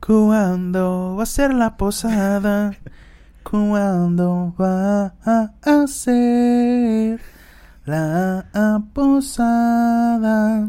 ¿Cuándo va a ser la posada? ¿Cuándo va a ser la posada?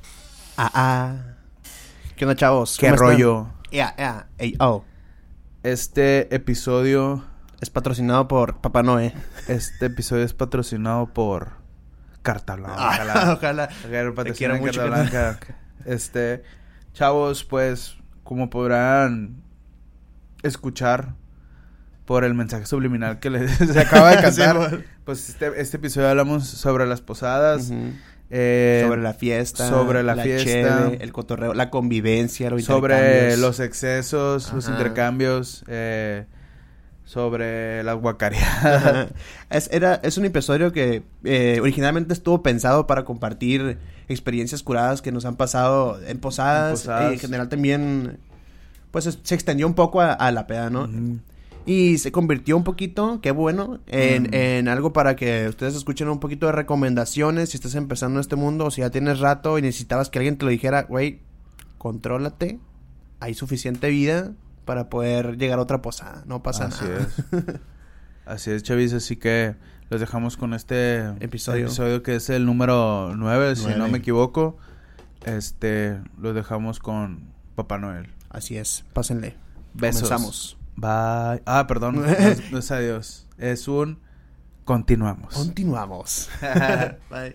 ¿Qué onda, chavos? ¿Qué rollo? Ey, oh. Este episodio Es patrocinado por Papá Noé. Este episodio es patrocinado por Carta Blanca. Ojalá. Te quiero mucho, Carta Blanca. Chavos, pues, como podrán escuchar por el mensaje subliminal que se acaba de cantar, Sí, pues este episodio hablamos sobre las posadas, Uh-huh. Sobre la fiesta. sobre la fiesta, cheve, el cotorreo, la convivencia, los sobre intercambios. los excesos, los Ajá. intercambios, sobre las guacareadas. Es un episodio que originalmente estuvo pensado para compartir experiencias curadas que nos han pasado en posadas. Y en general también, pues se extendió un poco a la peda, ¿no? Uh-huh. Y se convirtió un poquito, qué bueno, en algo para que ustedes escuchen un poquito de recomendaciones. Si estás empezando en este mundo o si ya tienes rato y necesitabas que alguien te lo dijera, güey, contrólate, hay suficiente vida para poder llegar a otra posada, no pasa nada. Así es, chavis, así que los dejamos con este episodio que es el número 9, si no me equivoco. Los dejamos con Papá Noel. Así es, pásenle. Besos. Comenzamos. Bye. Perdón, no es adiós. Es un continuamos. Continuamos. Bye.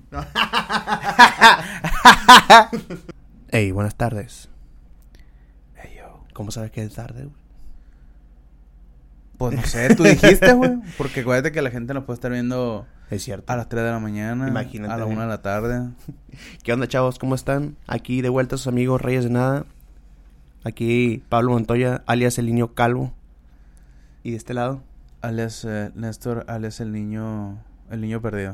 Hey, buenas tardes. Hey, yo. ¿Cómo sabes que es tarde, güey? Pues no sé, tú dijiste, güey. Porque acuérdate que la gente nos puede estar viendo Es cierto. a las 3 de la mañana. Imagínate. A la 1 de la tarde. ¿Qué onda, chavos? ¿Cómo están? Aquí de vuelta sus amigos Reyes de Nada. Aquí Pablo Montoya, alias el niño calvo. Y de este lado, Alias Néstor, alias el niño perdido.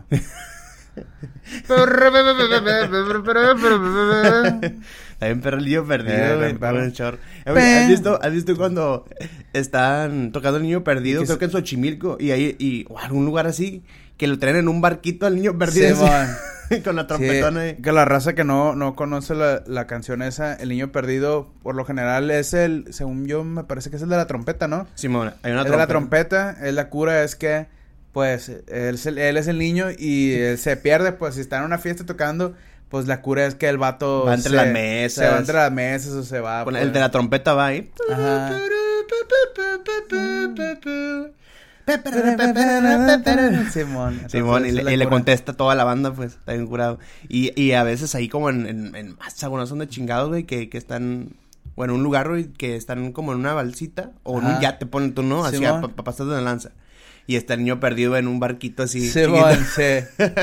Está bien perro el niño perdido, güey. ¿Has visto cuando están tocando el niño perdido? Creo que en Xochimilco. Y algún lugar así, que lo traen en un barquito al niño perdido. Sí, con la trompetona ahí. Que la raza que no conoce la canción esa, el niño perdido, por lo general es según yo, me parece que es el de la trompeta, ¿no? Simón, hay una trompeta. Es de la trompeta, es la cura, es que, pues, él es el niño y él se pierde, pues, si está en una fiesta tocando, pues, la cura es que el vato va entre las mesas. Se va entre las mesas o se va. Pues. El de la trompeta va ahí. Ajá. Simón, y le contesta toda la banda, pues, está bien curado. Y a veces ahí como en masa, bueno, son de chingados, güey, que están, bueno, en un lugar, güey, que están como en una balsita, o en un yate, ponen tú, ¿no? Así, para pasar de lanza. Y está el niño perdido en un barquito así. Simón, sí.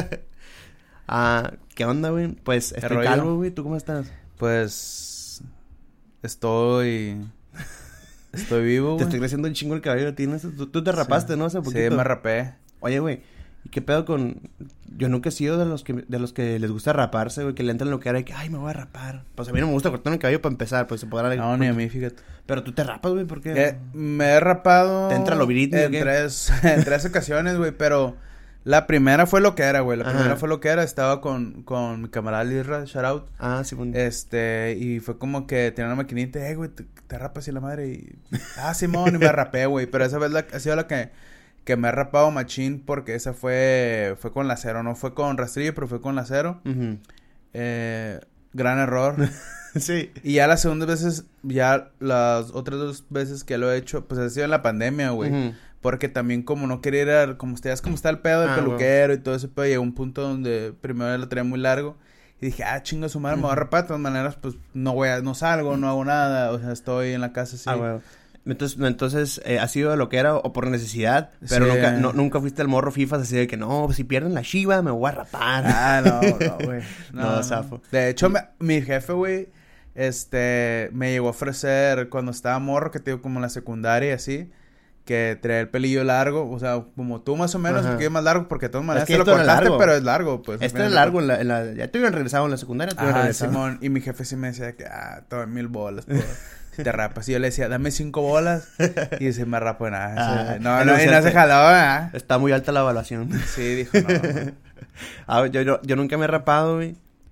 ¿Qué onda, güey? Pues, estoy calvo, güey, ¿tú cómo estás? Pues, estoy vivo, güey. Te estoy creciendo un chingo el cabello, ¿tienes? Tú te rapaste, ¿no? Hace poquito. Sí, me rapé. Oye, güey, ¿y qué pedo con...? Yo nunca he sido de los que les gusta raparse, güey, que le entran lo que era de que, ay, me voy a rapar. Pues a mí no me gusta cortarme el cabello para empezar, pues se podrá... No, ni a mí, fíjate. Pero tú te rapas, güey, ¿por qué? Me he rapado... ¿Te entra lo virito? En tres ocasiones, güey, pero... La primera fue lo que era, güey. Estaba con mi camarada Lirra, shout out. Sí, bueno. Y fue como que tenía una maquinita, güey, te rapas y la madre. Y Simón, y me rapé, güey. Pero esa vez ha sido la que me he rapado machín, porque esa fue con lacero. No fue con rastrillo, pero fue con lacero. Uh-huh. Gran error. Sí. Y ya las segundas veces, ya las otras 2 veces que lo he hecho, pues ha sido en la pandemia, güey. Uh-huh. Porque también como no quería ir a... Como está el pedo del peluquero y todo ese pedo. Llegó un punto donde primero lo traía muy largo. Y dije, chinga su madre, me voy a rapar. De todas maneras, pues, no salgo, no hago nada. O sea, estoy en la casa así. Güey. Entonces, ¿ha sido de lo que era o por necesidad? Pero sí. nunca fuiste al morro fifas así de que, no, si pierden la chiva, me voy a rapar. No, güey. No, zafo. De hecho, mi jefe, güey, me llegó a ofrecer cuando estaba morro, que te digo, como en la secundaria y así... Que traía el pelillo largo, o sea, como tú más o menos, un poquito más largo, porque de todas maneras te lo cortaste, pero es largo, pues. Este es largo ya te hubieran regresado en la secundaria, Simón, y mi jefe sí me decía que, toma 1000 bolas, si te rapas, y yo le decía, dame 5 bolas, y dice, me rapo, nada, y no se jaló, ¿verdad? Está muy alta la evaluación. Sí, dijo, no. Yo nunca me he rapado, güey,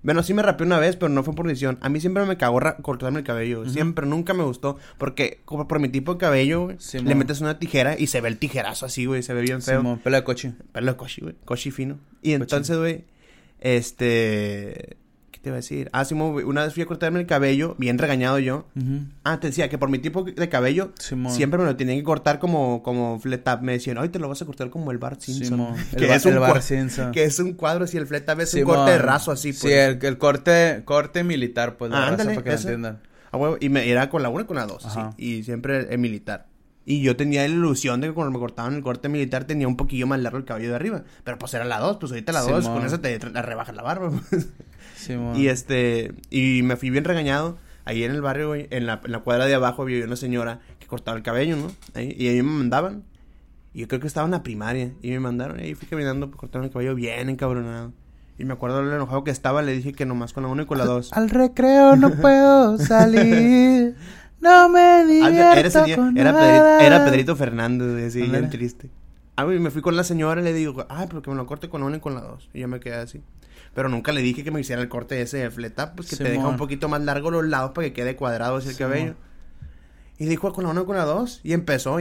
Bueno, sí me rapé una vez, pero no fue por decisión. A mí siempre me cagó cortarme el cabello, güey. Siempre, nunca me gustó. Porque como por mi tipo de cabello, güey, le metes una tijera y se ve el tijerazo así, güey. Se ve bien feo. Simón, pelo de coche. Pelo de coche, güey. Coche fino. Y entonces, güey, ¿qué te iba a decir? Ah, Simón, güey, una vez fui a cortarme el cabello, bien regañado yo. Te decía que por mi tipo de cabello, siempre me lo tenían que cortar como flat up. Me decían, hoy te lo vas a cortar como el Bart Simpson. Que es el Bart Simpson. Que es un cuadro así, el flat up es un corte de raso así. Pues. Sí, el corte militar, pues, la raza, para que lo entiendan. Ah, güey, y era con la 1 y con la 2, así. Y siempre el militar. Y yo tenía la ilusión de que cuando me cortaban el corte militar tenía un poquillo más largo el cabello de arriba. Pero pues era la 2, pues ahorita la 2, con eso te rebajas la barba. Y me fui bien regañado. Ahí en el barrio, güey, en la cuadra de abajo había una señora que cortaba el cabello, ¿no? Y ahí me mandaban. Y yo creo que estaba en la primaria. Y me mandaron, y ahí fui caminando, cortaron el cabello bien encabronado. Y me acuerdo lo enojado que estaba, le dije que nomás con la 1 y con la 2. Al recreo no puedo salir. No me divierto con nada. Era Pedrito Fernández, así, bien triste. Y me fui con la señora y le digo, pero que me lo corte con la 1 y con la 2. Y yo me quedé así. Pero nunca le dije que me hiciera el corte ese de fleta, pues que te deja un poquito más largo los lados para que quede cuadrado así el cabello. Y dijo con la 1 y con la 2. Y empezó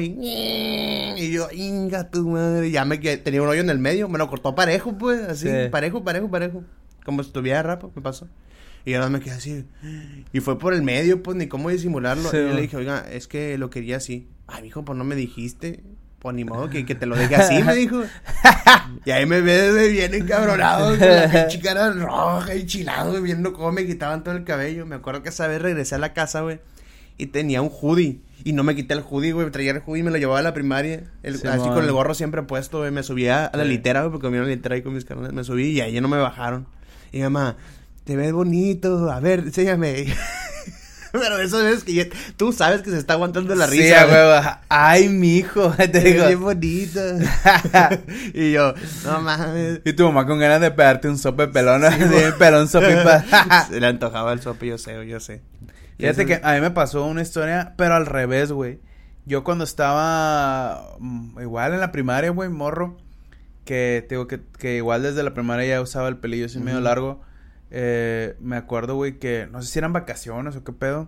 y yo, inga tu madre. Ya tenía un hoyo en el medio. Me lo cortó parejo, pues, así, parejo. Como si estuviera rapo, me pasó. Y ahora me quedé así. Y fue por el medio, pues, ni cómo disimularlo. Y yo le dije, oiga, es que lo quería así. Ay, mijo, pues no me dijiste. Pues ni modo que te lo deje así, me dijo. Y ahí me ve bien encabronado, con la pinche cara roja y chilado, güey, viendo cómo me quitaban todo el cabello. Me acuerdo que esa vez regresé a la casa, güey, y tenía un hoodie. Y no me quité el hoodie, güey. Traía el hoodie y me lo llevaba a la primaria. Así con el gorro siempre puesto, güey. Me subía a la litera, güey, porque comía una litera ahí con mis carnales. Me subí y ahí ya no me bajaron. Y mi mamá, te ves bonito. A ver, enséñame. Pero eso es que tú sabes que se está aguantando la risa. Sí, güey. Ay, mijo. Te digo. Bien bonito. Y yo, no mames. Y tu mamá con ganas de pegarte un sope pelón. Sí, pelón sopipa. Se le antojaba el sope, yo sé. Fíjate que a mí me pasó una historia, pero al revés, güey. Yo cuando estaba igual en la primaria, güey, morro, que te digo que igual desde la primaria ya usaba el pelillo así medio largo. Me acuerdo, güey, que no sé si eran vacaciones o qué pedo.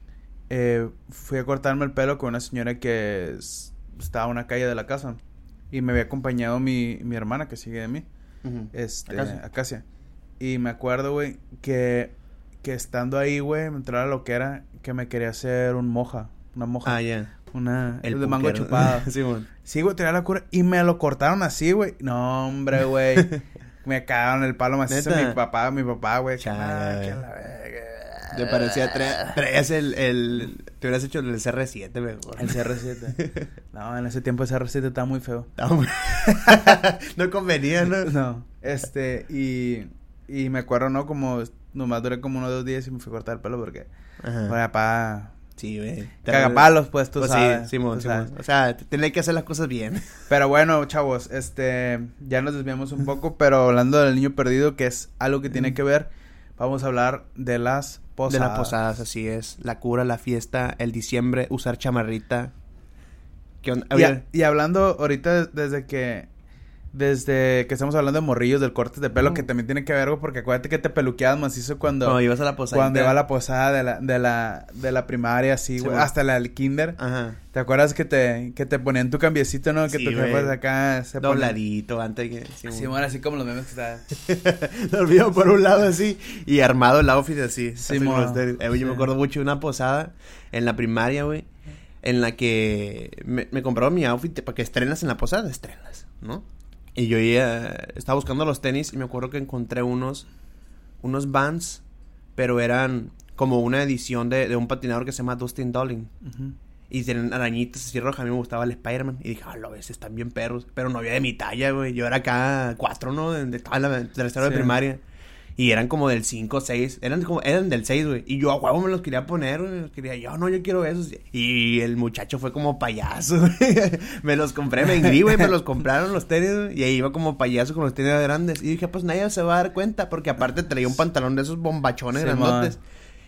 Fui a cortarme el pelo con una señora que estaba a una calle de la casa. Y me había acompañado mi hermana que sigue de mí. Acacia. Y me acuerdo, güey, que estando ahí, güey, me entró la loquera que me quería hacer una moja. El de mango chupado. Sí, güey, tenía la cura. Y me lo cortaron así, güey. No, hombre, güey. Me cagaron el palo macizo mi papá, güey. Que la verga. Te parecía traías te hubieras hecho el CR7 mejor. El CR7. No, en ese tiempo el CR7 estaba muy feo. No convenía, ¿no? No. Y me acuerdo, ¿no? Como nomás duré como 1 o 2 días y me fui a cortar el pelo porque mi papá... Sí, güey. Cagapalos, pues, tú sabes. Sí, Simón. O sea, tiene que hacer las cosas bien. Pero bueno, chavos, ya nos desviamos un poco, pero hablando del niño perdido, que es algo que tiene que ver, vamos a hablar de las posadas. De las posadas, así es. La cura, la fiesta, el diciembre, usar chamarrita. ¿Qué onda? Y hablando ahorita desde que estamos hablando de morrillos, del corte de pelo, que también tiene que ver, güey, porque acuérdate que te peluqueabas macizo cuando ibas a la posada. Cuando iba a la posada de la primaria, así, güey, hasta la del kinder. Ajá. ¿Te acuerdas que te ponían tu cambiecito, no? Que sí, tu jefas de acá se dobladito antes que... Sí, bueno, así como los memes que estaban. Dormido por un lado así y armado el outfit así. Sí, yo me acuerdo mucho de una posada en la primaria, güey, en la que me compraron mi outfit para que estrenas en la posada, ¿no? Y yo estaba buscando los tenis y me acuerdo que encontré unos Vans, pero eran como una edición de un patinador que se llama Dustin Dolling. Y tienen arañitas así rojas. A mí me gustaba el Spider-Man. Y dije, lo ves, están bien perros. Pero no había de mi talla, güey. Yo era acá 4, ¿no? Estaba en la tercera de primaria. Y eran como del 5, 6. Eran del 6, güey. Y yo a huevo me los quería poner, güey. Yo quiero esos. Y el muchacho fue como payaso, güey. Me los compré, me engrí, güey. Me los compraron los tenis, güey. Y ahí iba como payaso con los tenis grandes. Y dije, pues nadie se va a dar cuenta. Porque aparte traía un pantalón de esos bombachones grandotes.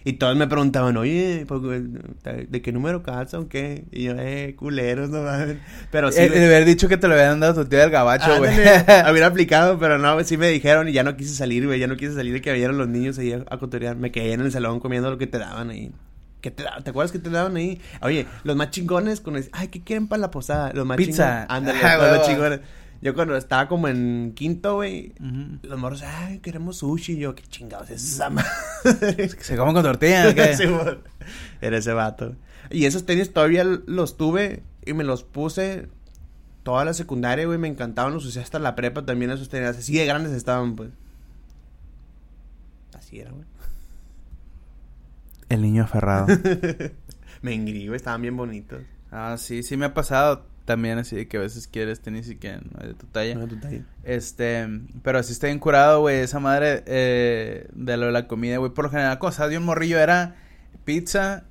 Y todos me preguntaban, oye, ¿de qué número calza o qué? Y yo, culeros, no mames. Pero sí. De haber dicho que te lo habían dado tu tía del gabacho, güey. Hubiera aplicado, pero no, sí me dijeron y ya no quise salir, güey. Ya no quise salir de que vieran los niños ahí a cotorear. Me quedé en el salón comiendo lo que te daban ahí. ¿Qué te daban? ¿Te acuerdas que te daban ahí? Oye, los más chingones con ay, ¿qué quieren para la posada? Los más pizza. Ándale, los más chingones. Yo cuando estaba como en quinto, güey, los morros, ay, queremos sushi. Y yo, qué chingados es esa madre. ¿Se comen con tortilla o qué? Sí, era ese vato. Y esos tenis todavía los tuve y me los puse toda la secundaria, güey. Me encantaban, los usé hasta la prepa también esos tenis. Así de grandes estaban, pues. Así era, güey. El niño aferrado. Me engrí, güey, estaban bien bonitos. Ah, sí me ha pasado también así de que a veces quieres tenis y que no es de tu talla. No es de tu talla. Pero así está bien curado, güey, esa madre de lo de la comida, güey. Por lo general, cosas de un morrillo era pizza,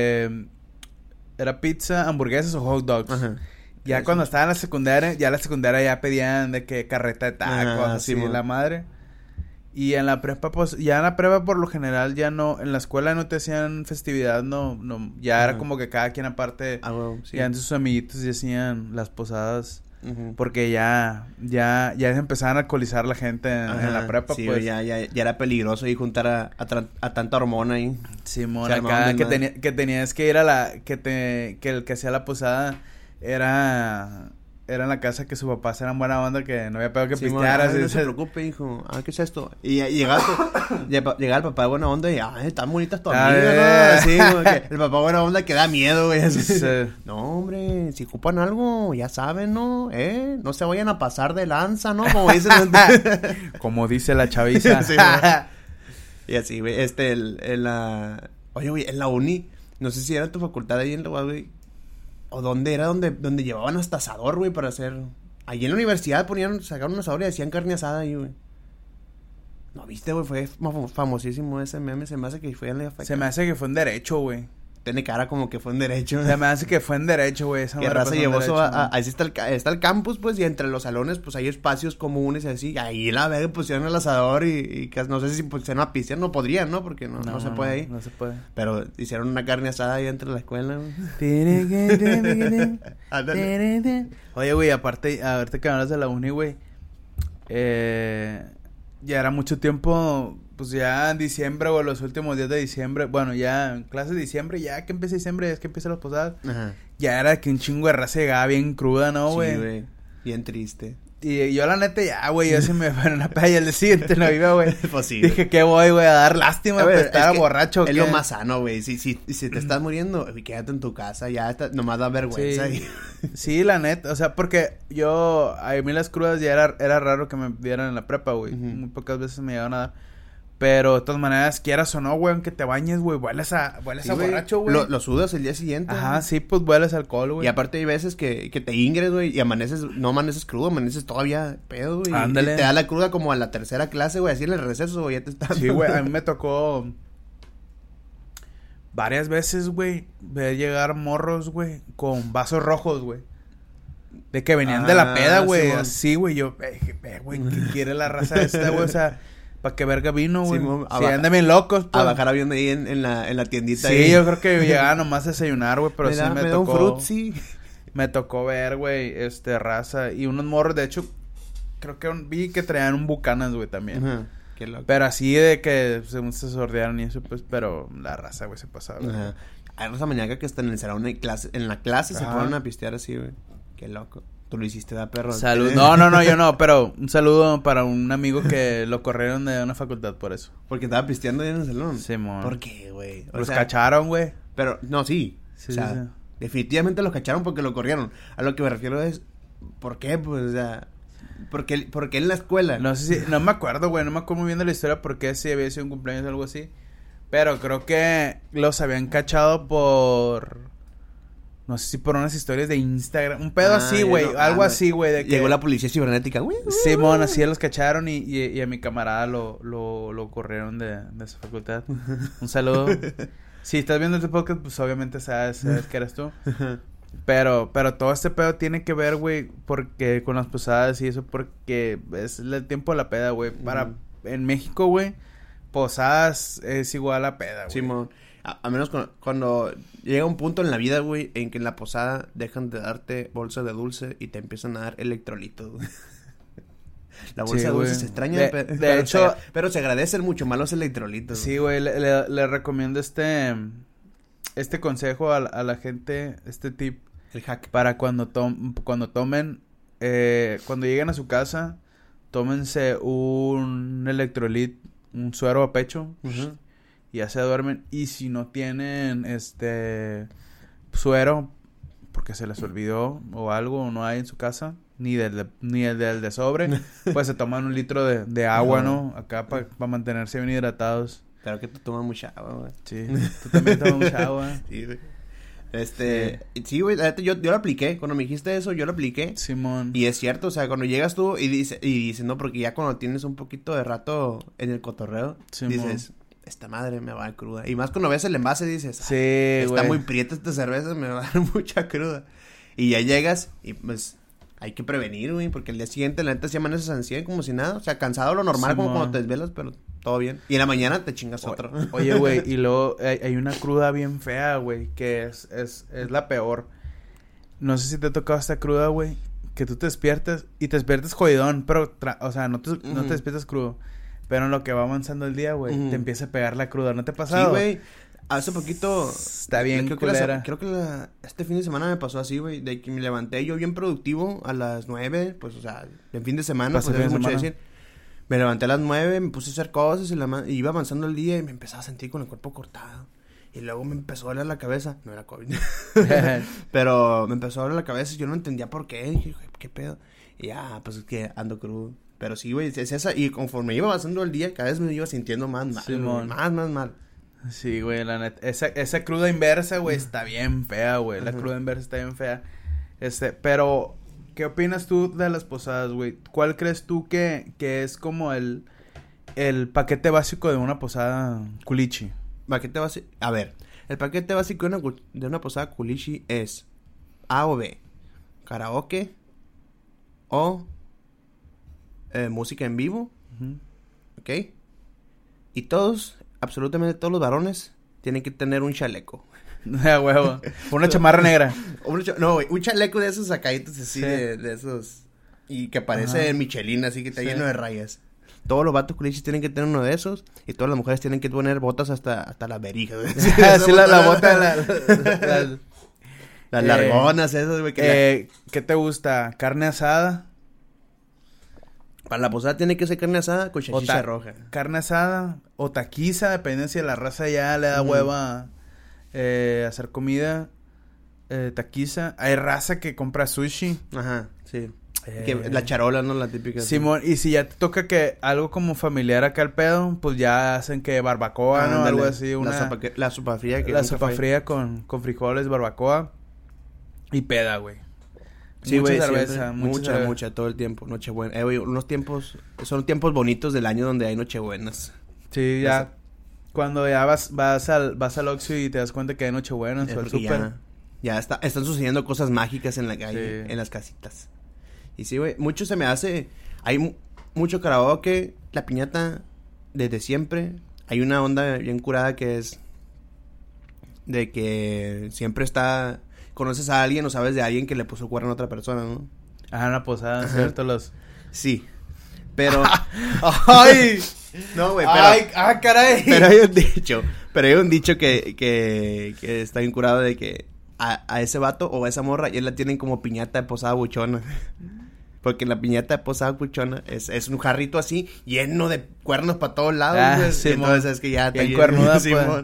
hamburguesas o hot dogs. Ajá. Ya cuando estaba en la secundaria, ya pedían de que carreta de tacos, así, la madre. Y en la prepa, pues, ya en la prepa por lo general ya no, en la escuela no te hacían festividad, no, ya era como que cada quien aparte, ya entre sus amiguitos y hacían las posadas, porque ya se empezaban a alcoholizar la gente en la prepa, sí, pues. ya era peligroso ahí juntar a tanta hormona ahí. Sí, acá que tenías que ir que el que hacía la posada era en la casa que su papá era buena onda, que no había pedo que pisteara. No se preocupe, hijo. ¿Qué es esto? Y llegaba el papá de buena onda y, están bonitas tu amiga, ¿no? Así, como que el papá de buena onda que da miedo, güey. Sí. No, hombre, si ocupan algo, ya saben, ¿no? No se vayan a pasar de lanza, ¿no? Como dicen. Como dice la chaviza. Sí, y así, güey, Oye, güey, en la uni, no sé si era tu facultad ahí en la güey. ¿O dónde era donde llevaban hasta asador, güey, para hacer? Allí en la universidad sacaron un asador y hacían carne asada ahí, güey. ¿No viste, güey? Fue famosísimo ese meme. Se me hace que fue en la... Se me hace que fue en derecho, güey. Tiene cara como que fue en derecho. Se me hace que fue en derecho, güey. Que raza llevó eso ahí está el campus, pues, y entre los salones, pues, hay espacios comunes y así. Ahí la verga pusieron el asador y no sé si pusieron a pistear. No podrían, ¿no? Porque no se puede ahí. No se puede. Pero hicieron una carne asada ahí entre la escuela, güey. Oye, güey, aparte, ahorita que hablas de la uni, güey. Ya era mucho tiempo, pues ya en diciembre o los últimos días de diciembre. Bueno, ya en clases de diciembre, ya que empieza diciembre, es que empiezan las posadas. Ajá. Ya era que un chingo de raza llegaba bien cruda, ¿no, güey? Sí, güey. Bien triste. Y yo la neta ya, güey, yo sí me fue en una playa el siguiente no iba, güey. Pues sí. Dije que voy, güey, a dar lástima, pues estar borracho. Es lo más sano, güey. Si te estás muriendo, quédate en tu casa, ya nomás da vergüenza. Sí. Sí, la neta, o sea, porque a mí las crudas ya era raro que me dieran en la prepa, güey. Muy pocas veces me llegaban a dar. Pero de todas maneras, quieras o no, güey, aunque te bañes, güey, hueles a borracho, güey. Lo sudas el día siguiente. Ajá, güey. Sí, pues hueles a alcohol, güey. Y aparte hay veces que te ingres, güey, y no amaneces crudo, amaneces todavía pedo, güey. Ándale. Y te da la cruda como a la tercera clase, güey, así en el receso, güey, ya te está... Sí, güey, a mí me tocó varias veces, güey, ver llegar morros, güey, con vasos rojos, güey. De que venían de la peda, güey, así, güey, yo, güey, ¿qué quiere la raza esta, güey? O sea... ¿Para qué verga vino, güey? Sí, andan bien locos, pues. A bajar avión ahí en la tiendita. Sí, ahí. Yo creo que llegaba nomás a desayunar, güey, pero me tocó... un frutzi. Me tocó ver, güey, raza. Y unos morros, de hecho, creo que vi que traían un Bucanas, güey, también. Ajá, qué loco. Pero así de que según se sordearon y eso, pues, pero la raza, güey, se pasaba. Ajá. Hay raza maníaca que hasta en el salón de clase, en la clase se ponen a pistear así, güey. Qué loco. Tú lo hiciste, da perro. Salud. No, yo no, pero un saludo para un amigo que lo corrieron de una facultad por eso. Porque estaba pisteando ahí en el salón. Sí, mon. ¿Por qué, güey? Los cacharon, güey. Pero, no, sí. Sí, o sea, sí. Definitivamente los cacharon porque lo corrieron. A lo que me refiero es, ¿por qué? Pues, o sea, ¿por qué en la escuela? No sé si, no me acuerdo, güey, no me acuerdo muy bien de la historia porque si había sido un cumpleaños o algo así. Pero creo que los habían cachado por... No sé si por unas historias de Instagram. Un pedo así, güey. Algo así, güey. De que... Llegó la policía cibernética, güey. Simón, así los cacharon y a mi camarada lo corrieron de esa facultad. Un saludo. Si estás viendo este podcast, pues obviamente sabes que eres tú. Pero todo este pedo tiene que ver, güey, porque con las posadas y eso, porque es el tiempo de la peda, güey. En México, güey, posadas es igual a peda, güey. Simón. A menos cuando llega un punto en la vida, güey, en que en la posada dejan de darte bolsa de dulce y te empiezan a dar electrolitos, güey. La bolsa de dulce se extraña, de hecho... pero se agradecen mucho más los electrolitos. Sí, güey, le recomiendo este consejo a la gente, este tip. El hack. Para cuando tomen, cuando lleguen a su casa, tómense un electrolit, un suero a pecho, y ya se duermen. Y si no tienen, suero, porque se les olvidó o algo, o no hay en su casa, ni el del de sobre, pues se toman 1 litro de agua, ¿no? Acá para mantenerse bien hidratados. Claro que tú tomas mucha agua, güey. Sí, tú también tomas mucha agua. Sí, güey. Sí, güey, yo lo apliqué. Cuando me dijiste eso, yo lo apliqué. Simón. Y es cierto, o sea, cuando llegas tú y dices, no, porque ya cuando tienes un poquito de rato en el cotorreo, Simón. dices, esta madre me va a dar cruda. Y más cuando ves el envase dices, sí, está güey. muy prieta esta cerveza, me va a dar mucha cruda. Y ya llegas y pues hay que prevenir, güey, porque el día siguiente la neta se amaneces al 100 como si nada. O sea, cansado lo normal, Simón. como cuando te desvelas, pero todo bien. Y en la mañana te chingas otro. Oye, güey, y luego hay una cruda bien fea, güey, que es la peor. No sé si te ha tocado esta cruda, güey, que tú te despiertas y te despiertas jodidón, pero, o sea, no te despiertas crudo. Pero en lo que va avanzando el día, güey, te empieza a pegar la cruda. ¿No te ha pasado? Sí, güey. Hace poquito... Está bien creo culera. Creo que este fin de semana me pasó así, güey. De que me levanté yo bien productivo a las 9. Pues, o sea, en fin de semana. Pasó Pues, fin de mucho semana. decir. Me levanté a las 9, me puse a hacer cosas y iba avanzando el día y me empezaba a sentir con el cuerpo cortado. Y luego me empezó a doler la cabeza. No era COVID. Pero me empezó a doler la cabeza y yo no entendía por qué. Dije, ¿qué pedo? Y ya, pues es que ando crudo. Pero sí, güey, es esa. Y conforme iba avanzando el día, cada vez me iba sintiendo más mal. Simón. Más mal. Sí, güey, la neta. Esa cruda inversa, güey, está bien fea, güey. La cruda inversa está bien fea. Pero, ¿qué opinas tú de las posadas, güey? ¿Cuál crees tú que es como el paquete básico de una posada culichi? Paquete básico. A ver, el paquete básico de una posada culichi es A o B. Karaoke o música en vivo. ¿Ok? Y absolutamente todos los varones tienen que tener un chaleco. A huevo. Una chamarra negra. No, güey, un chaleco de esos sacaditos así, sí. de esos. Y que parece Michelin, así que está lleno de rayas. Todos los vatos culichis tienen que tener uno de esos. Y todas las mujeres tienen que poner botas hasta las verijas. Sí, la bota. Las largonas esas, güey. ¿Qué te gusta? ¿Carne asada? Para la posada tiene que ser carne asada con salchicha roja. Carne asada o taquiza, dependiendo si a la raza ya le da hueva hacer comida. Taquiza. Hay raza que compra sushi. Ajá, sí. La charola, ¿no? La típica. Simón, y si ya te toca que algo como familiar acá al pedo, pues ya hacen que barbacoa, ¿no? Algo así. La sopa fría. La sopa fría con frijoles, barbacoa y peda, güey. Sí, mucha güey, cerveza, mucha, todo el tiempo, Nochebuena. Güey, son tiempos bonitos del año donde hay Nochebuenas. Sí, ya, cuando ya vas al Oxxo y te das cuenta que hay Nochebuenas o al súper. Ya están sucediendo cosas mágicas en la calle, en las casitas. Y sí, güey, mucho se me hace, hay mucho karaoke, la piñata desde siempre. Hay una onda bien curada que es de que siempre conoces a alguien o sabes de alguien que le puso cuerno a otra persona, ¿no? Ajá, una posada, ¿cierto? Sí, pero... ¡Ay! No, güey, pero... ¡Ay! ¡Ah, caray! Pero hay un dicho que está bien curado de que a ese vato o a esa morra ya la tienen como piñata de posada buchona. Porque la piñata de posada buchona es un jarrito así lleno de cuernos para todos lados, güey. Sí, entonces es que ya está cuernuda,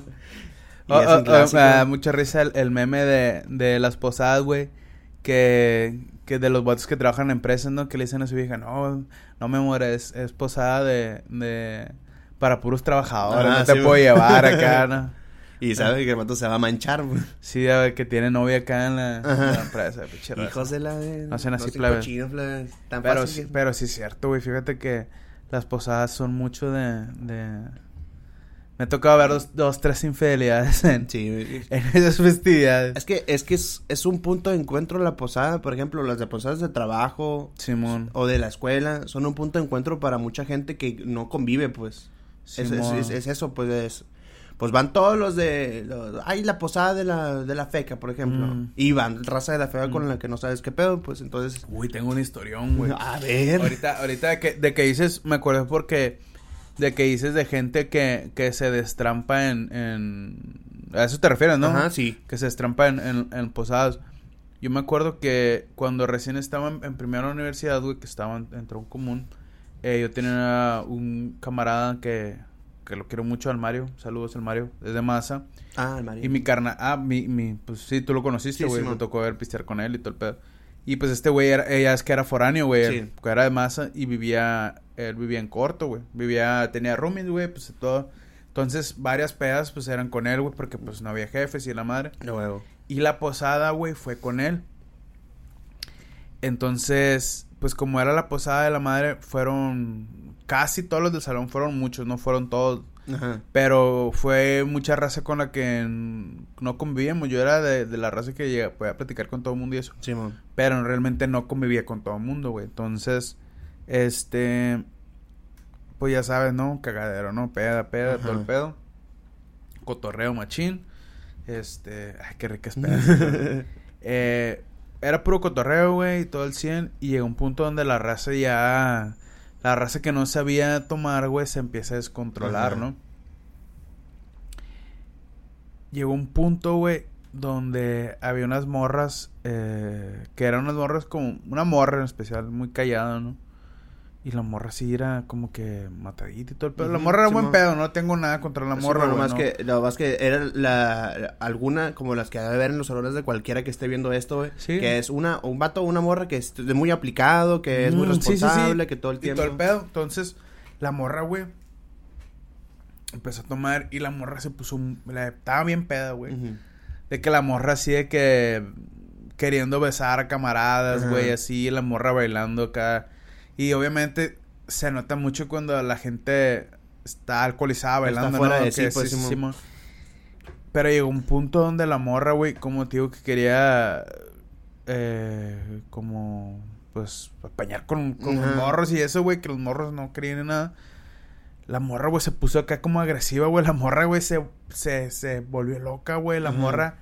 pues. Mucha risa el meme de las posadas, güey, que de los vatos que trabajan en empresas, ¿no? Que le dicen a su vieja, no me mueres, es posada para puros trabajadores, no te puedo llevar acá, ¿no? Y sabe que el vato se va a manchar, güey. Sí, que tiene novia acá en la empresa, hijos de la... No sean así, plebes. Pero sí es cierto, güey, fíjate que las posadas son mucho de... Me ha tocado ver dos, tres infidelidades en esas festividades. Es que es un punto de encuentro la posada. Por ejemplo, las de posadas de trabajo. Simón. O de la escuela. Son un punto de encuentro para mucha gente que no convive, pues. Es eso, pues pues van todos los de... hay la posada de la feca, por ejemplo. Y van raza de la feca con la que no sabes qué pedo, pues entonces... Uy, tengo un historión, güey. A ver. Ahorita de que dices, me acuerdo porque... De que dices de gente que se destrampa en... A eso te refieres, ¿no? Ajá, sí. Que se destrampa en posadas. Yo me acuerdo que cuando recién estaba en primera universidad, güey, que estaba en tronco común, yo tenía un camarada que lo quiero mucho, al Mario. Saludos al Mario, es de Maza. Ah, el Mario. Y mi carnal, pues sí, tú lo conociste, güey. Sí, me tocó ver pistear con él y todo el pedo. Y pues este güey ella es que era foráneo, güey. Sí. Que era de Maza y él vivía en Corto, güey. Tenía roomies, güey, pues todo. Entonces, varias pedas, pues, eran con él, güey, porque, pues, no había jefes y la madre. No, huevo. Y la posada, güey, fue con él. Entonces, pues, como era la posada de la madre, casi todos los del salón, fueron muchos, no fueron todos. Ajá. Pero fue mucha raza con la que no convivíamos. Yo era de la raza que podía platicar con todo el mundo y eso. Sí, man. Pero realmente no convivía con todo el mundo, güey. Entonces, pues ya sabes, ¿no? Cagadero, ¿no? Peda, Ajá. todo el pedo. Cotorreo machín. Ay, qué ricas pedas. Era puro cotorreo, güey, y todo el 100. Y llegó un punto donde la raza que no sabía tomar, güey, se empieza a descontrolar, Ajá. ¿no? Llegó un punto, güey, donde había unas morras, que eran unas morras como... Una morra en especial, muy callada, ¿no? Y la morra sí era como que matadita y todo el pedo. La morra era buen pedo, no tengo nada contra la morra, güey. Lo más que era alguna, como las que debe haber en los salones de cualquiera que esté viendo esto, güey. Sí. Que es un vato o una morra que es muy aplicado, que es muy responsable, que todo el tiempo... Y todo el pedo. Entonces, la morra, güey, empezó a tomar y la morra se puso... Estaba bien peda, güey. Uh-huh. De que la morra así de que... Queriendo besar a camaradas, güey, así. La morra bailando acá... Y obviamente se nota mucho cuando la gente está alcoholizada bailando, está fuera ¿no? de sí, pues, sí. Pero llegó un punto donde la morra, güey, como te digo, que quería como pues apañar con los morros y eso, güey, que los morros no querían en nada. La morra, güey, se puso acá como agresiva, güey. La morra, güey, se volvió loca, güey. La morra...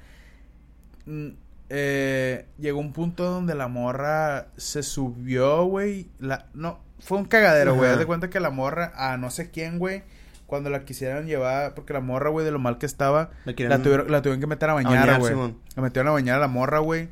llegó un punto donde la morra se subió, güey. No, fue un cagadero, güey. Haz de cuenta que la morra, a no sé quién, güey, cuando la quisieran llevar, porque la morra, güey, de lo mal que estaba, la tuvieron que meter a bañar, güey. La metieron a bañar a la morra, güey.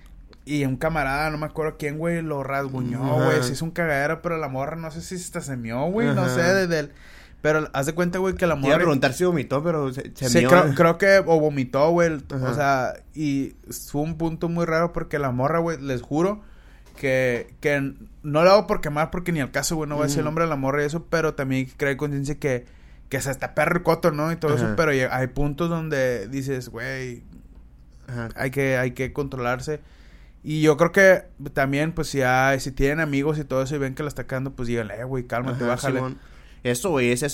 Y un camarada, no me acuerdo quién, güey, lo rasguñó, güey. Se hizo un cagadero, pero la morra, no sé si se semió, güey. No sé, desde el... Pero haz de cuenta, güey, que la morra... Te iba a preguntar si vomitó, pero se sí, mió. creo que... O vomitó, güey. O sea, y fue un punto muy raro porque la morra, güey, les juro que no lo hago por quemar porque ni al caso, güey, no voy a decir el nombre de la morra y eso, pero también creo conciencia que se está perro coto, ¿no? Y todo eso, pero hay puntos donde dices, güey, hay que controlarse. Y yo creo que también, pues, si tienen amigos y todo eso y ven que la está cagando, pues díganle, güey, cálmate, bájale. Simón. Eso, güey, es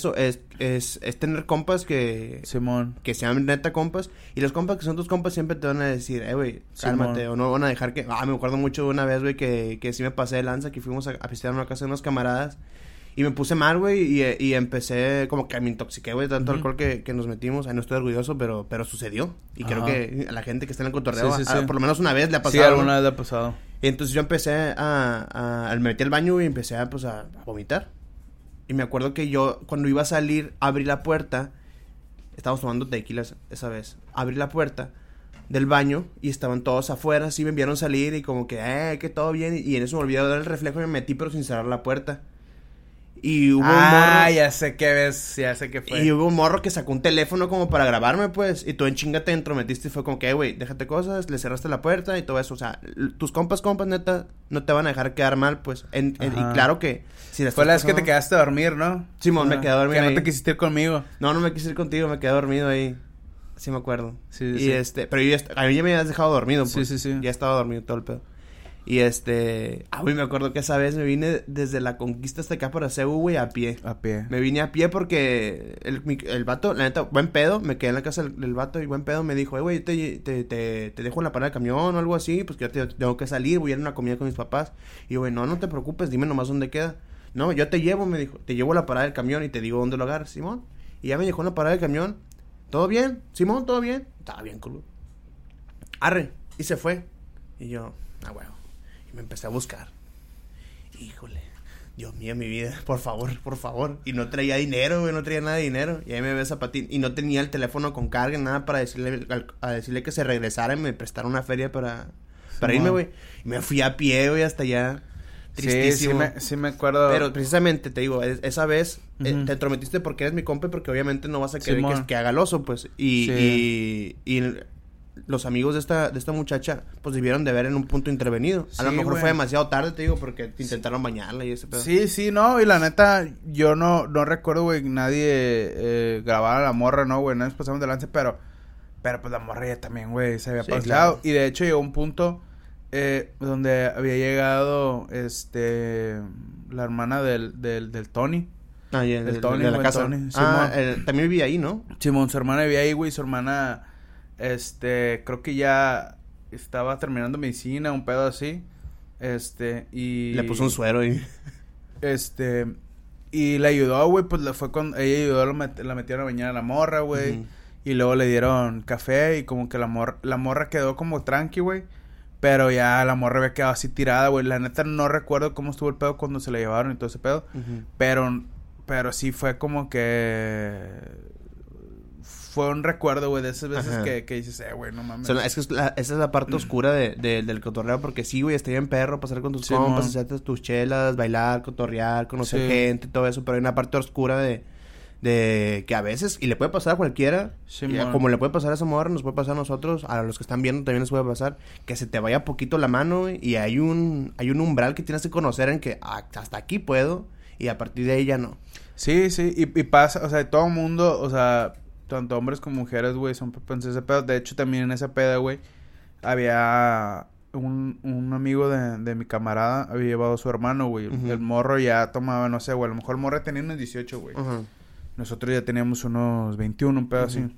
tener compas que sean neta compas. Y los compas que son tus compas siempre te van a decir, güey, cálmate. O no van a dejar que... me acuerdo mucho de una vez, güey, que sí me pasé de lanza, que fuimos a visitar una casa de unos camaradas. Y me puse mal, güey, y empecé como que me intoxiqué, güey, tanto alcohol que nos metimos. No estoy orgulloso, pero sucedió. Y creo que a la gente que está en el cotorreo, por lo menos una vez le ha pasado. Sí, alguna vez le ha pasado. Y entonces yo empecé me metí al baño y empecé a vomitar. Y me acuerdo que yo, cuando iba a salir, abrí la puerta. Estábamos tomando tequila esa vez. Abrí la puerta del baño y estaban todos afuera. Así me vieron salir y como que todo bien. Y en eso me olvidé de dar el reflejo y me metí, pero sin cerrar la puerta. Y hubo un morro... ya sé qué fue. Y hubo un morro que sacó un teléfono como para grabarme, pues. Y tú en chinga te entrometiste y fue como que, güey, déjate cosas, le cerraste la puerta y todo eso. O sea, tus compas, neta, no te van a dejar quedar mal, pues. Y claro que... Si fue la vez que te quedaste a dormir, ¿no? Simón, me quedé a dormir que ahí. no te quisiste ir conmigo. No me quise ir contigo, me quedé dormido ahí. Sí me acuerdo. Sí. Pero a mí ya me habías dejado dormido, pues. Sí. Ya estaba dormido todo el pedo. Y güey, me acuerdo que esa vez me vine desde la Conquista hasta acá para CU, güey, a pie. Me vine a pie porque el vato, la neta, buen pedo, me quedé en la casa del vato y buen pedo me dijo, güey, te dejo en la parada del camión o algo así, pues que ya tengo que salir, voy a ir a una comida con mis papás. Y güey, no te preocupes, dime nomás dónde queda. No, yo te llevo, me dijo. Te llevo a la parada del camión y te digo dónde lo agarras, Simón. Y ya me dejó en la parada del camión. ¿Todo bien? Simón, ¿todo bien? Estaba bien, culo. Arre. Y se fue. Y yo, huevo. Y me empecé a buscar. Híjole. Dios mío, mi vida. Por favor, por favor. Y no traía dinero, güey. No traía nada de dinero. Y ahí me ve Zapatín. Y no tenía el teléfono con carga, nada para decirle que se regresara y me prestara una feria para irme, güey. Y me fui a pie, güey, hasta allá. Tristísimo. Sí me acuerdo. Pero precisamente, te digo, esa vez te entrometiste porque eres mi compa, porque obviamente no vas a querer que haga el oso, pues. Y los amigos de esta muchacha, pues debieron de ver en un punto intervenido. A lo mejor fue demasiado tarde, te digo, porque intentaron bañarla y ese pedo. Sí, no, y la neta, yo no recuerdo, güey, nadie grabara a la morra, no, güey, nadie pasamos de lance, pero pues la morra ya también, güey, se había pasado. Claro. Y de hecho llegó un punto donde había llegado, la hermana del Tony. Ah, ya, del Tony, de la casa. Tony. También vivía ahí, ¿no? Simón, su hermana vivía ahí, güey, su hermana, creo que ya estaba terminando medicina, un pedo así, y... Le puso un suero y... y le ayudó, güey, pues ella ayudó, la metieron a bañar a la morra, güey, y luego le dieron café y como que la morra quedó como tranqui, güey. Pero ya la morra había quedado así tirada, güey. La neta no recuerdo cómo estuvo el pedo cuando se la llevaron y todo ese pedo. Pero sí fue como que... Fue un recuerdo, güey, de esas veces que dices, güey, no mames. O sea, esa es la parte oscura del cotorreo. Porque sí, güey, está bien perro pasar con tus compas, hacerte tus chelas, bailar, cotorrear, conocer gente, todo eso. Pero hay una parte oscura de que a veces, y le puede pasar a cualquiera, como le puede pasar a esa morra, nos puede pasar a nosotros, a los que están viendo también les puede pasar, que se te vaya poquito la mano, güey, y hay un umbral que tienes que conocer en que hasta aquí puedo, y a partir de ahí ya no. Sí, y pasa, o sea, todo mundo, o sea, tanto hombres como mujeres, güey, son propensos a ese pedo. De hecho, también en esa peda, güey, había un amigo de mi camarada, había llevado a su hermano, güey. El morro ya tomaba, no sé, güey, a lo mejor el morro tenía unos 18, güey. Nosotros ya teníamos unos 21, un pedo así.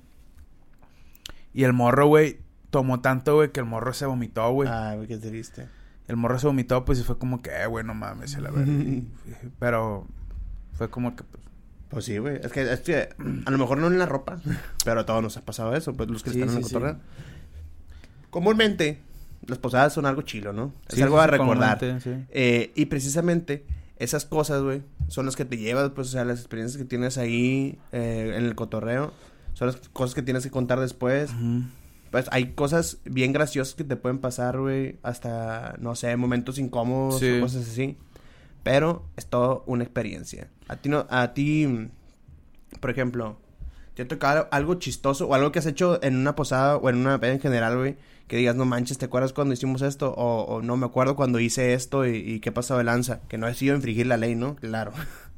Y el morro, güey, tomó tanto, güey, que el morro se vomitó, güey. Ah, güey, qué triste. El morro se vomitó, pues, y fue como que, güey, no mames, la verdad. Pero fue como que, pues... Pues sí, güey. Es que a lo mejor no en la ropa, pero a todos nos ha pasado eso, pues, los que están en el cotorreo. Comúnmente, las posadas son algo chilo, ¿no? Es algo a recordar. Y precisamente... Esas cosas, güey, son las que te llevas, pues, o sea, las experiencias que tienes ahí en el cotorreo, son las cosas que tienes que contar después. Pues, hay cosas bien graciosas que te pueden pasar, güey, hasta, no sé, momentos incómodos o cosas así. Pero es todo una experiencia. A ti, por ejemplo, ¿te ha tocado algo chistoso o algo que has hecho en una posada o en una peda en general, güey? Que digas, no manches, ¿te acuerdas cuando hicimos esto? O no me acuerdo cuando hice esto y qué pasó de lanza. Que no ha sido infringir la ley, ¿no? Claro.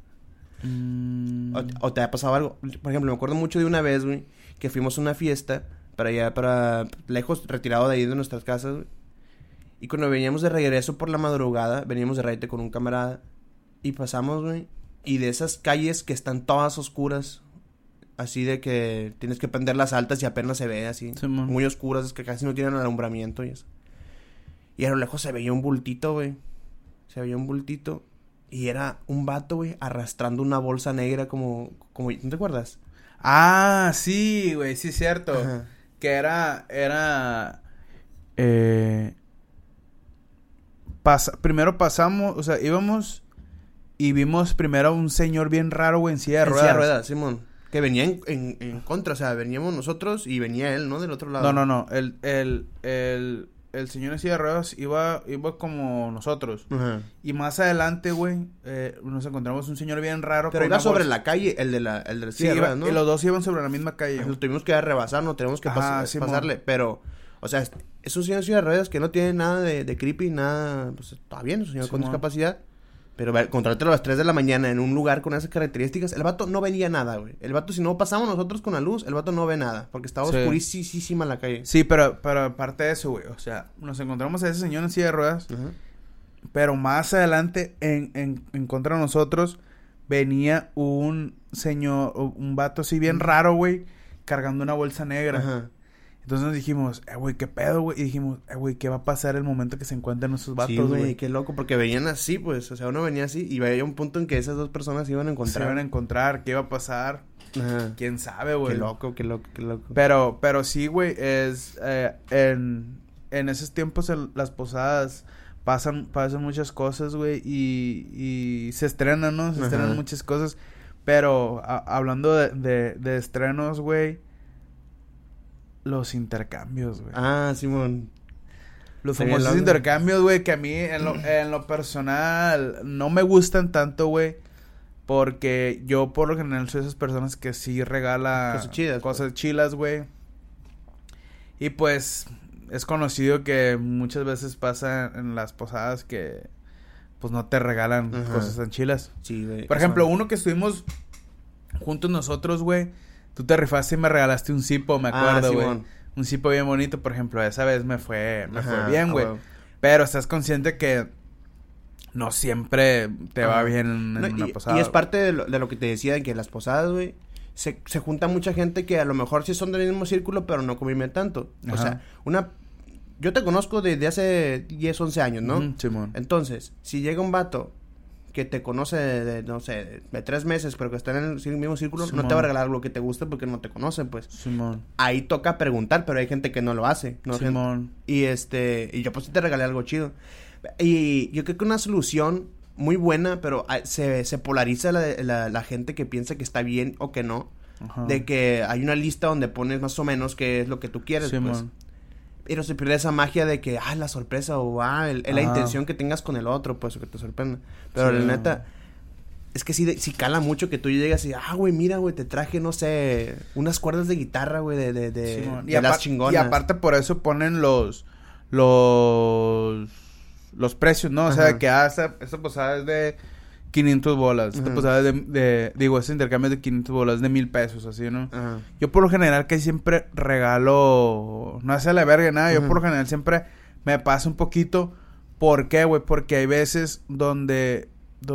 ¿O te ha pasado algo? Por ejemplo, me acuerdo mucho de una vez, güey, que fuimos a una fiesta para lejos, retirado de ahí de nuestras casas, güey. Y cuando veníamos de regreso por la madrugada, veníamos de raite con un camarada. Y pasamos, güey, y de esas calles que están todas oscuras... Así de que tienes que prender las altas y apenas se ve así. Muy oscuras, es que casi no tienen alumbramiento y eso. Y a lo lejos se veía un bultito, güey. Y era un vato, güey, arrastrando una bolsa negra como... ¿No te acuerdas? Ah, sí, güey, sí es cierto. Que era... Primero pasamos, o sea, íbamos y vimos primero a un señor bien raro, güey, en silla de ruedas. En silla de ruedas, Simón. Que venía en contra, o sea, veníamos nosotros y venía él, ¿no? Del otro lado. No. El señor en silla de ruedas iba como nosotros. Y más adelante, güey, nos encontramos un señor bien raro. Pero iba sobre la calle, el de la silla de ruedas, ¿no? Y los dos iban sobre la misma calle. Lo tuvimos que rebasar, no tenemos que pasarle. Pero, o sea, es un señor en silla de ruedas que no tiene nada de creepy, nada... Pues está bien, es un señor con discapacidad. Pero encontrártelo a las 3 de la mañana en un lugar con esas características, el vato no veía nada, güey. El vato, si no pasamos nosotros con la luz, el vato no ve nada, porque estaba oscurísima la calle. Sí, pero aparte de eso, güey, o sea, nos encontramos a ese señor en silla de ruedas, pero más adelante, en contra de nosotros, venía un señor, un vato así bien raro, güey, cargando una bolsa negra. Entonces nos dijimos, güey, ¿qué pedo, güey? Y dijimos, güey, ¿qué va a pasar el momento que se encuentren esos vatos, güey? Sí, güey, qué loco, porque venían así, pues, o sea, uno venía así y veía un punto en que esas dos personas se iban a encontrar. Se iban a encontrar, ¿qué iba a pasar? Ajá. ¿Quién sabe, güey? Qué loco. Pero sí, güey, en esos tiempos las posadas pasan muchas cosas, güey, y se estrenan, ¿no? Se estrenan muchas cosas, pero hablando de estrenos, güey, los intercambios, güey. Ah, Simón. Los famosos intercambios, güey, que a mí en lo personal no me gustan tanto, güey. Porque yo por lo general soy esas personas que sí regala cosas chilas, güey. Y pues es conocido que muchas veces pasa en las posadas que pues no te regalan cosas tan chilas. Sí, güey. Por ejemplo, uno que estuvimos juntos nosotros, güey. Tú te rifaste y me regalaste un cipo, me acuerdo, güey. Un cipo bien bonito, por ejemplo. Esa vez me fue bien, güey. Pero estás consciente que no siempre te va bien en una posada. Y es parte de lo que te decía, de que las posadas, güey, se junta mucha gente que a lo mejor sí son del mismo círculo, pero no conviven tanto. O sea, yo te conozco desde hace 10, 11 años, ¿no? Simón. Entonces, si llega un vato que te conoce no sé, de 3 meses, pero que está en el mismo círculo, Simón, no te va a regalar algo que te guste porque no te conoce, pues. Simón. Ahí toca preguntar, pero hay gente que no lo hace, ¿no? Simón. Y yo pues sí te regalé algo chido. Y yo creo que una solución muy buena, pero se polariza la gente que piensa que está bien o que no. De que hay una lista donde pones más o menos qué es lo que tú quieres, Simón. Pues. Pero se pierde esa magia de que, la sorpresa o, la intención que tengas con el otro, pues, o que te sorprenda. Pero la neta, es que sí cala mucho que tú llegas y, güey, mira, güey, te traje, no sé, unas cuerdas de guitarra, güey, de las chingonas. Y aparte por eso ponen los precios, ¿no? O sea, que esta posada es de 500 bolas. Esta posada es este intercambio es de 500 bolas, de 1,000 pesos, así, ¿no? Yo por lo general que siempre regalo, no hace la verga nada, yo por lo general siempre me paso un poquito. ¿Por qué, güey? Porque hay veces donde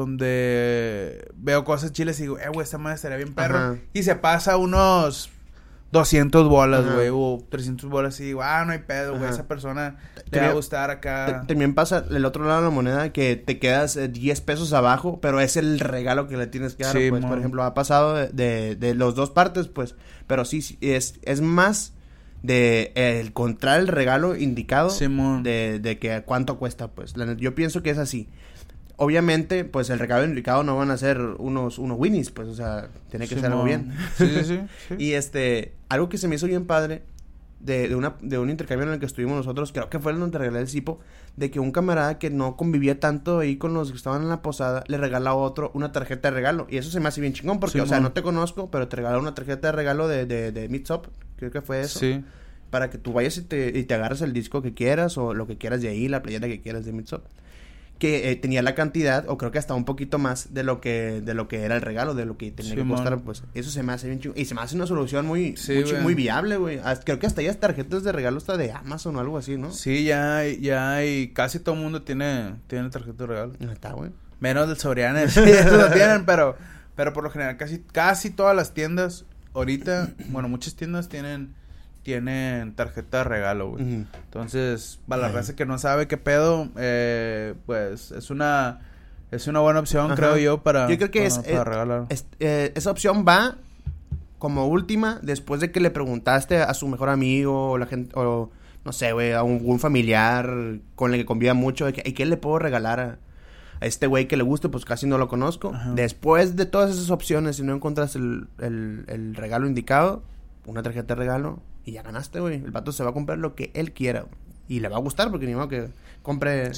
veo cosas chiles y digo, güey, esta madre estaría bien perro. Y se pasa unos 200 bolas, güey, o 300 bolas y digo, no hay pedo, güey, esa persona te va a gustar acá. También pasa el otro lado de la moneda que te quedas 10 pesos abajo, pero es el regalo que le tienes que dar, pues, por ejemplo, ha pasado de los dos partes, pues, pero sí, es más de encontrar el regalo indicado, de que cuánto cuesta, pues, yo pienso que es así. Obviamente, pues, el regalo indicado no van a ser unos winnies, pues, o sea, tiene que ser algo bien. Sí. Y algo que se me hizo bien padre de un intercambio en el que estuvimos nosotros, creo que fue el donde regalé el cipo, de que un camarada que no convivía tanto ahí con los que estaban en la posada, le regala a otro una tarjeta de regalo. Y eso se me hace bien chingón, porque, o sea, no te conozco, pero te regala una tarjeta de regalo de Meets Up, creo que fue eso. Sí. Para que tú vayas y te agarres el disco que quieras, o lo que quieras de ahí, la playera que quieras de Meets Up. Que tenía la cantidad, o creo que hasta un poquito más de lo que era el regalo, de lo que tenía que costar, pues, eso se me hace bien chido. Y se me hace una solución muy viable, güey. Creo que hasta hay tarjetas de regalo hasta de Amazon o algo así, ¿no? Sí, ya hay, casi todo el mundo tiene tarjeta de regalo. Está, güey. Menos del Soriana, sí, eso lo tienen, pero por lo general casi todas las tiendas ahorita, bueno, muchas tiendas tienen tarjeta de regalo, güey. Entonces, para la raza que no sabe qué pedo, pues es una buena opción, creo yo, para regalar. Esa opción va como última después de que le preguntaste a su mejor amigo o la gente, o no sé, güey, a un familiar con el que conviva mucho, de que, ¿y qué le puedo regalar a este güey que le guste? Pues casi no lo conozco. Después de todas esas opciones, si no encuentras el regalo indicado, una tarjeta de regalo, y ya ganaste, güey. El vato se va a comprar lo que él quiera, güey. Y le va a gustar, porque ni modo que compre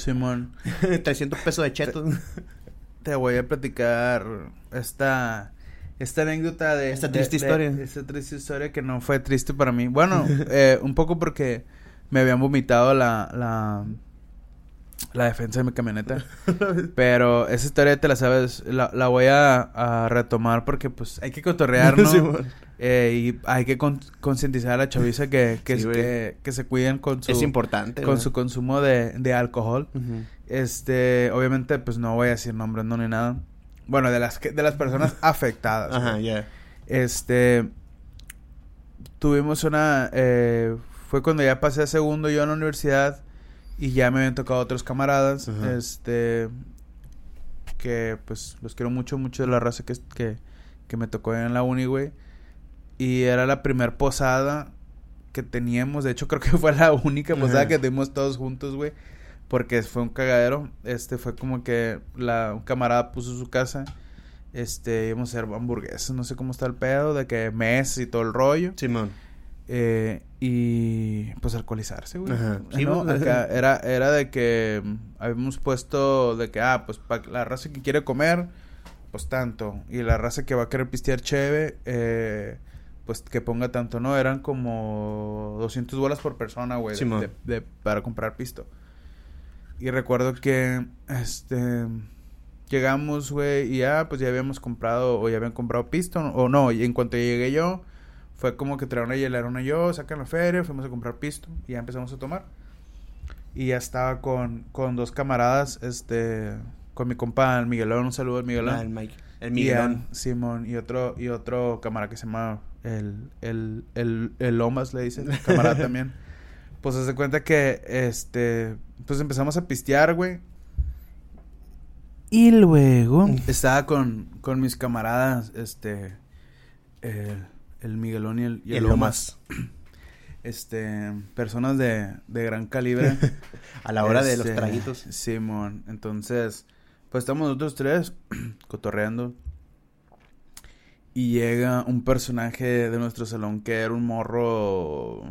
300 pesos de chetos. Te voy a platicar esta anécdota de... Esta triste historia que no fue triste para mí. Bueno, un poco porque me habían vomitado la defensa de mi camioneta. Pero esa historia te la sabes, la voy a retomar porque pues hay que cotorrear, ¿no? Sí, y hay que concientizar a la chaviza que se cuiden con su... Es importante, con su consumo de alcohol. Obviamente pues no voy a decir nombres, no, ni nada. Bueno, de las personas afectadas. Ajá, ya. Tuvimos fue cuando ya pasé a segundo yo en la universidad y ya me habían tocado otros camaradas, que pues los quiero mucho, mucho de la raza que me tocó en la uni, güey. Y era la primer posada que teníamos, de hecho creo que fue la única posada que tuvimos todos juntos, güey. Porque fue un cagadero, fue como que un camarada puso su casa, íbamos a hacer hamburguesas, no sé cómo está el pedo, de que mes y todo el rollo. Simón. Y pues alcoholizarse, güey. Sí, no, acá era de que habíamos puesto de que, pues para la raza que quiere comer, pues tanto. Y la raza que va a querer pistear cheve, pues que ponga tanto, ¿no? Eran como 200 bolas por persona, güey, para comprar pisto. Y recuerdo que, llegamos, güey, y pues ya habíamos comprado, o ya habían comprado pisto, o no, y en cuanto llegué yo, fue como que trajeron una hielerona yo, sacan la feria, fuimos a comprar pisto, y ya empezamos a tomar. Y ya estaba con dos camaradas, con mi compa, el Miguelón, un saludo al Miguelón. El Mike. El Miguelón. Simón, y otro camarada que se llama el Lomas, le dicen, camarada también. Pues se cuenta que, pues empezamos a pistear, güey. Y luego estaba con mis camaradas, el Miguelón y el Lomas. Personas de gran calibre. A la hora de los traguitos. Simón, entonces, pues estamos nosotros tres cotorreando. Y llega un personaje de nuestro salón que era un morro...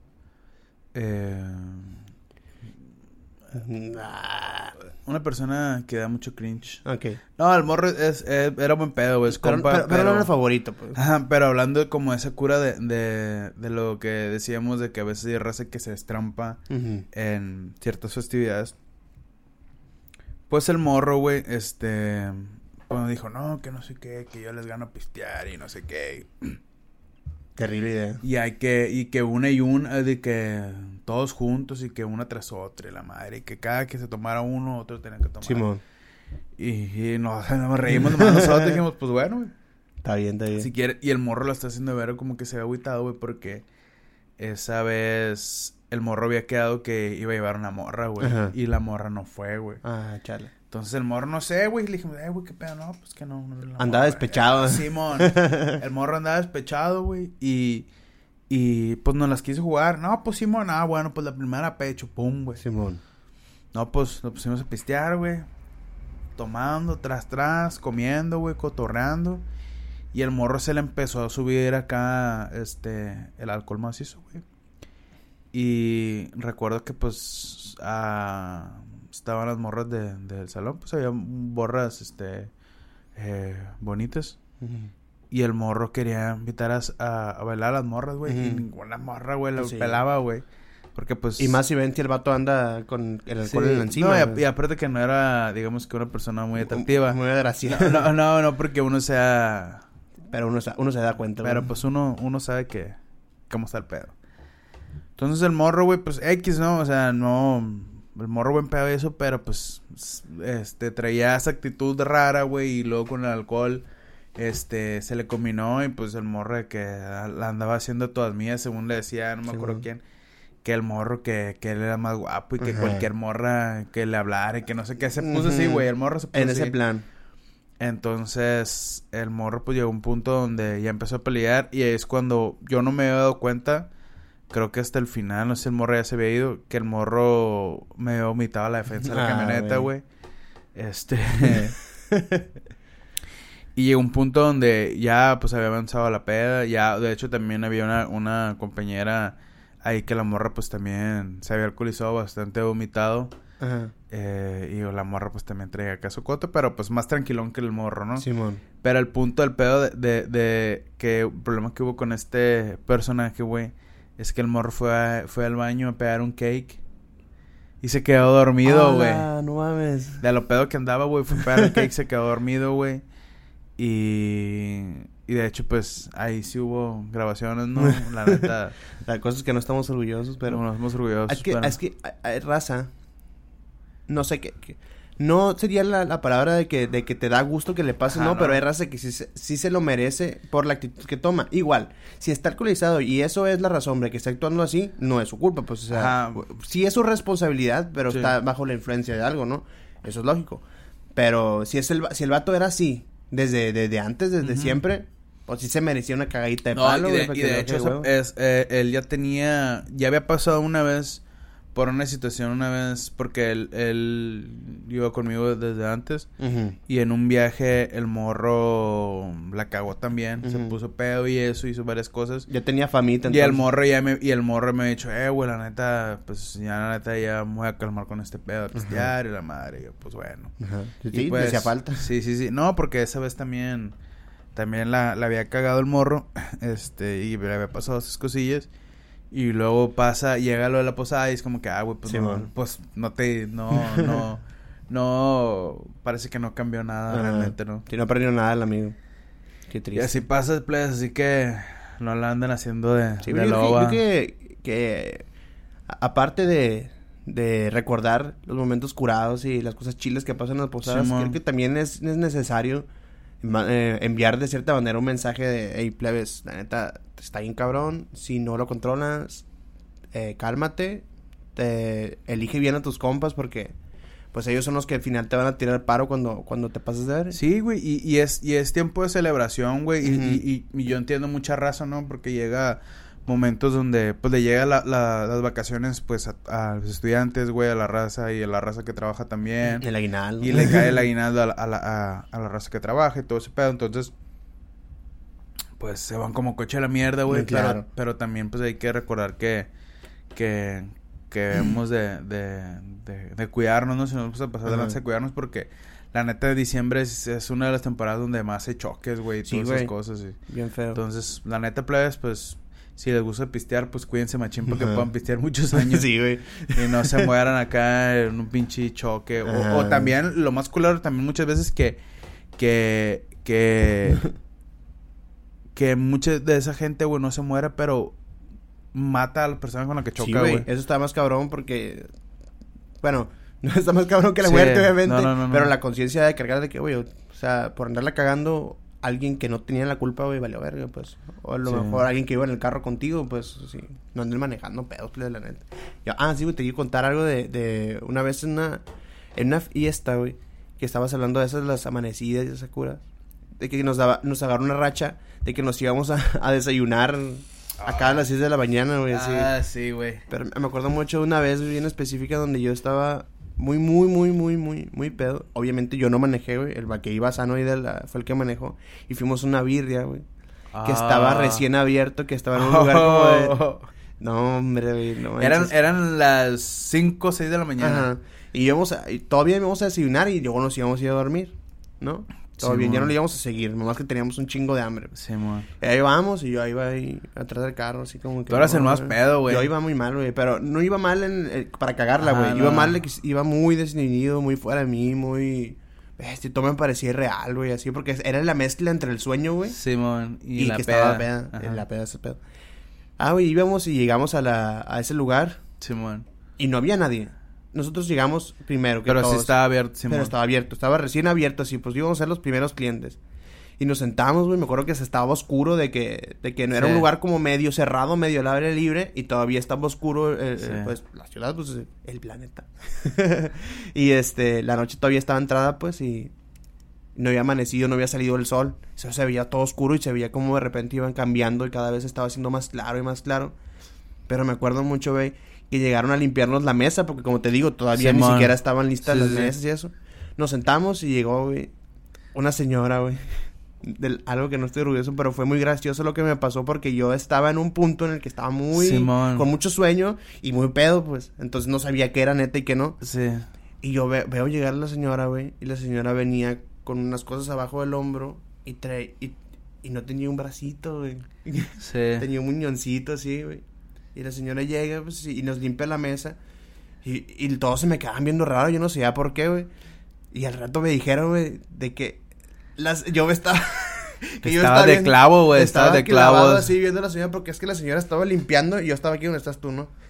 una persona que da mucho cringe. Okay. No, el morro era buen pedo, güey. Pero no era el favorito, pues. Ajá, pero hablando de como esa cura de lo que decíamos de que a veces hay raza que se destrampa en ciertas festividades. Pues el morro, güey, cuando dijo, no, que no sé qué, que yo les gano a pistear y no sé qué. Terrible idea. Y que una y una, de que todos juntos y que una tras otra, y la madre, y que cada que se tomara uno, otro tenía que tomar. Simón. Y nos reímos nomás nosotros, dijimos, pues bueno, güey. Está bien. Si quiere, y el morro lo está haciendo ver como que se ve agüitado, güey, porque esa vez el morro había quedado que iba a llevar una morra, güey. Y la morra no fue, güey. Chale. Entonces el morro, no sé, güey, le dijimos, güey, qué pedo, no, pues que no andaba despechado. Simón, el morro andaba despechado, güey, y pues nos las quiso jugar. No, pues Simón, bueno, pues la primera pecho, pum, güey. Simón. No, pues nos pusimos a pistear, güey, tomando, tras, comiendo, güey, cotorreando. Y el morro se le empezó a subir acá, el alcohol macizo, güey. Y recuerdo que, pues, estaban las morras del salón, pues había borras, bonitas. Y el morro quería invitar a bailar a las morras, güey. Y ninguna morra, güey, lo pelaba, güey. Porque, pues... Y más si ven que el vato anda con el alcohol en la encima. No, y aparte que no era, digamos, que una persona muy atractiva. Muy agraciada. No, porque uno sea... Pero uno se da cuenta, pero, güey. Pues uno sabe que... cómo está el pedo. Entonces el morro, güey, pues X, ¿no? O sea, no... El morro buen pedo y eso, pero pues... traía esa actitud rara, güey. Y luego con el alcohol... se le combinó y pues el morro de que la andaba haciendo todas mías, según le decía, no me acuerdo quién, que el morro que él era más guapo y que cualquier morra que le hablara y que no sé qué, se puso así, güey, el morro se puso en así. ese plan. Entonces, el morro pues llegó a un punto donde ya empezó a pelear y es cuando yo no me había dado cuenta, creo que hasta el final, no sé si el morro ya se había ido, que el morro me había vomitado la defensa de la camioneta, güey. Y llegó un punto donde ya, pues, había avanzado la peda. Ya, de hecho, también había una compañera ahí que la morra, pues, también se había alcoholizado bastante, vomitado. Ajá. Y la morra, pues, también traía acá su coto, pero, pues, más tranquilón que el morro, ¿no? Simón. Pero el punto del pedo de que el problema que hubo con este personaje, güey, es que el morro fue al baño a pegar un cake. Y se quedó dormido, güey. No mames. De lo pedo que andaba, güey, fue a pegar el cake, se quedó dormido, güey. Y de hecho, pues, ahí sí hubo grabaciones, ¿no? La neta. La cosa es que no estamos orgullosos, pero... No estamos orgullosos. Es que hay raza. No sé qué... No sería la palabra de que te da gusto que le pase, no, pero hay raza que sí se lo merece por la actitud que toma. Igual, si está alcoholizado y eso es la razón de que está actuando así, no es su culpa, pues, o sea, sí es su responsabilidad, pero está bajo la influencia de algo, ¿no? Eso es lógico. Pero si el vato era así, desde antes, desde siempre, pues sí se merecía una cagadita de palo. Y de hecho, él ya había pasado una vez por una situación porque él iba conmigo desde antes y en un viaje el morro la cagó también, se puso pedo y eso, hizo varias cosas. Ya tenía famita entonces. Y el morro me ha dicho, güey, la neta, pues ya me voy a calmar con este pedo, pistear y la madre, y yo, pues bueno. Sí, pues, hacía falta. Sí, no, porque esa vez también la había cagado el morro, y le había pasado esas cosillas. Y luego llega lo de la posada y es como que, güey, pues, pues no, parece que no cambió nada realmente, ¿no? Sí, no aprendió nada el amigo. Qué triste. Y así pasa, pues, así que no la andan haciendo de loba. Yo que aparte de recordar los momentos curados y las cosas chiles que pasan en las posadas, creo que también es necesario enviar de cierta manera un mensaje de, hey, plebes, la neta, está bien cabrón, si no lo controlas, cálmate, elige bien a tus compas porque, pues, ellos son los que al final te van a tirar paro cuando te pases de ver. Sí, güey, y es tiempo de celebración, güey, y yo entiendo mucha razón, ¿no? Porque llega momentos donde, pues, le llega las vacaciones, pues, a los estudiantes, güey, a la raza y a la raza que trabaja también. El aguinaldo. Y le cae el aguinaldo a la raza que trabaja y todo ese pedo. Entonces, pues, se van como coche a la mierda, güey. Claro. Pero también, pues, hay que recordar que debemos de cuidarnos, ¿no? Si nos vamos a pasar adelante de cuidarnos porque la neta de diciembre es una de las temporadas donde más hay choques, güey, y todas esas cosas. Bien feo. Entonces, la neta, plebes, pues, si les gusta pistear, pues cuídense machín porque puedan pistear muchos años. Sí, güey. Y no se mueran acá en un pinche choque. O también, lo más culero también muchas veces que mucha de esa gente, güey, no se muera, pero mata a la persona con la que choca, güey. Eso está más cabrón porque, bueno, no está más cabrón que la muerte, obviamente. No. Pero la conciencia de cargar de que, güey, o sea, por andarla cagando, alguien que no tenía la culpa, güey, valió verga, pues. O a lo mejor alguien que iba en el carro contigo, pues, sí. No anden manejando pedos, pues, la neta. Sí, güey, te quiero contar algo de una vez en una fiesta, güey, que estabas hablando de esas, las amanecidas y esas curas. De que nos agarró una racha de que nos íbamos a desayunar acá a las 6 de la mañana, güey, así. Sí, güey. Pero me acuerdo mucho de una vez bien específica donde yo estaba muy pedo. Obviamente yo no manejé, güey. El que iba sano fue el que manejó. Y fuimos a una birria, güey. Que estaba recién abierto, que estaba en un lugar como de... No, hombre, güey, no manches. Eran las 5 o 6 de la mañana. Ajá. Y todavía íbamos a desayunar y luego nos íbamos a ir a dormir, ¿no? Todo bien, ya no le íbamos a seguir, nomás que teníamos un chingo de hambre. Sí, man. Y ahí vamos, y yo iba ahí atrás del carro, así como que... Tú eras el más pedo, güey. Yo iba muy mal, güey, pero no iba mal para cagarla, güey. Iba mal, iba muy desinhibido, muy fuera de mí, muy... todo me parecía irreal, güey, así, porque era la mezcla entre el sueño, güey. Simón, y la que peda. Estaba peda, la peda, ese pedo. Güey, íbamos y llegamos a ese lugar. Simón. Y no había nadie. Nosotros llegamos primero que pero todos. Sí estaba abierto, Simón. Pero estaba abierto, estaba recién abierto, así, pues íbamos a ser los primeros clientes. Y nos sentamos, güey, me acuerdo que se estaba oscuro, de que no era un lugar como medio cerrado, medio al aire libre, y todavía estaba oscuro, pues, la ciudad, pues, el planeta. Y la noche todavía estaba entrada, pues, y no había amanecido, no había salido el sol. Eso se veía todo oscuro y se veía como de repente iban cambiando y cada vez estaba siendo más claro y más claro. Pero me acuerdo mucho, güey, que llegaron a limpiarnos la mesa, porque como te digo, todavía ni siquiera estaban listas las mesas y eso. Nos sentamos y llegó, güey, una señora, güey, algo que no estoy orgulloso, pero fue muy gracioso lo que me pasó, porque yo estaba en un punto en el que estaba con mucho sueño y muy pedo, pues. Entonces no sabía qué era neta y qué no. Sí. Y yo veo llegar a la señora, güey, y la señora venía con unas cosas abajo del hombro y no tenía un bracito, güey. Sí. Tenía un muñoncito así, güey. Y la señora llega, pues, y nos limpia la mesa. Y todos se me quedaban viendo raro. Yo no sabía por qué, güey. Y al rato me dijeron, güey, de que... yo estaba... estaba de clavo, güey. Estaba de clavo. Así viendo a la señora porque es que la señora estaba limpiando y yo estaba aquí donde estás tú, ¿no?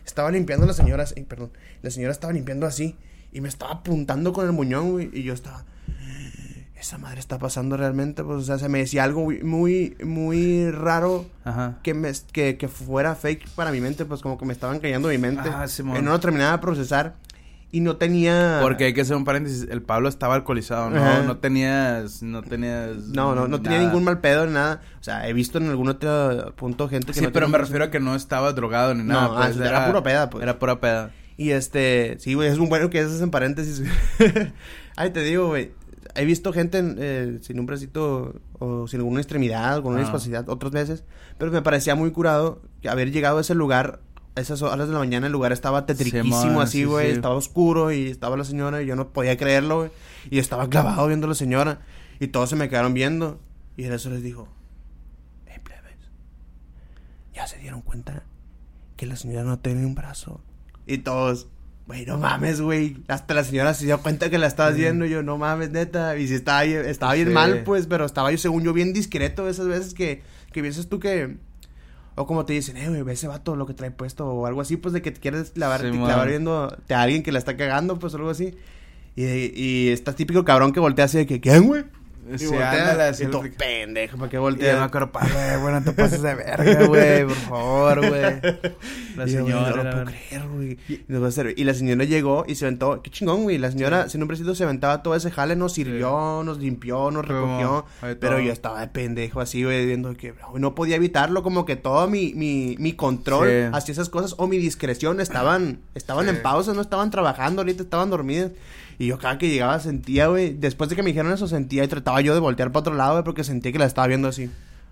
Estaba limpiando la señora, perdón. La señora estaba limpiando así. Y me estaba apuntando con el muñón, güey. Y yo estaba... Esa madre está pasando realmente, pues, o sea, se me decía algo muy, muy raro. Ajá. Que fuera fake para mi mente, pues, como que me estaban cayendo mi mente. Simón. No lo terminaba de procesar. Y no tenía... Porque hay que hacer un paréntesis. El Pablo estaba alcoholizado, ¿no? Ajá. No tenías... No tenía ningún mal pedo ni nada. O sea, he visto en algún otro punto gente que sí, no pero tiene... me refiero a que no estaba drogado ni nada. No, Pues, era pura peda, pues. Era pura peda. Y sí, güey, es un bueno que haces en paréntesis. Ay, te digo, güey. He visto gente sin un bracito o sin alguna extremidad, con una discapacidad otras veces. Pero me parecía muy curado haber llegado a ese lugar... A esas horas de la mañana el lugar estaba tetriquísimo así, güey. Sí. Estaba oscuro y estaba la señora y yo no podía creerlo, güey. Y estaba clavado viendo a la señora. Y todos se me quedaron viendo. Y en eso les dijo... plebes. ¿Ya se dieron cuenta que la señora no tiene un brazo? Y todos... Güey, no mames, güey. Hasta la señora se dio cuenta que la estabas viendo. Y yo, no mames, neta. Y sí estaba bien mal, pues. Pero estaba yo, según yo, bien discreto. Esas veces que piensas tú que... O como te dicen, güey, ve ese vato lo que trae puesto. O algo así, pues, de que te quieres clavar viendo a alguien que la está cagando, pues, o algo así. Y está típico cabrón que voltea así de que, ¿quién, güey? Y sí, voltea y todo, pendejo, ¿para qué voltea? Y yo me acuerdo, güey, no te pases de verga, güey, por favor, güey. La señora... No lo puedo creer, güey. Y la señora llegó y se aventó... Qué chingón, güey. La señora, sin un besito, se aventaba todo ese jale. Nos sirvió, nos limpió, nos recogió. Pero yo estaba de pendejo así, güey, viendo que... No podía evitarlo. Como que todo mi control hacia esas cosas o mi discreción estaban en pausa. No estaban trabajando ahorita, estaban dormidas. Y yo cada que llegaba sentía, güey... Después de que me dijeron eso, sentía y trataba yo de voltear para otro lado, güey, porque sentía que la estaba viendo así.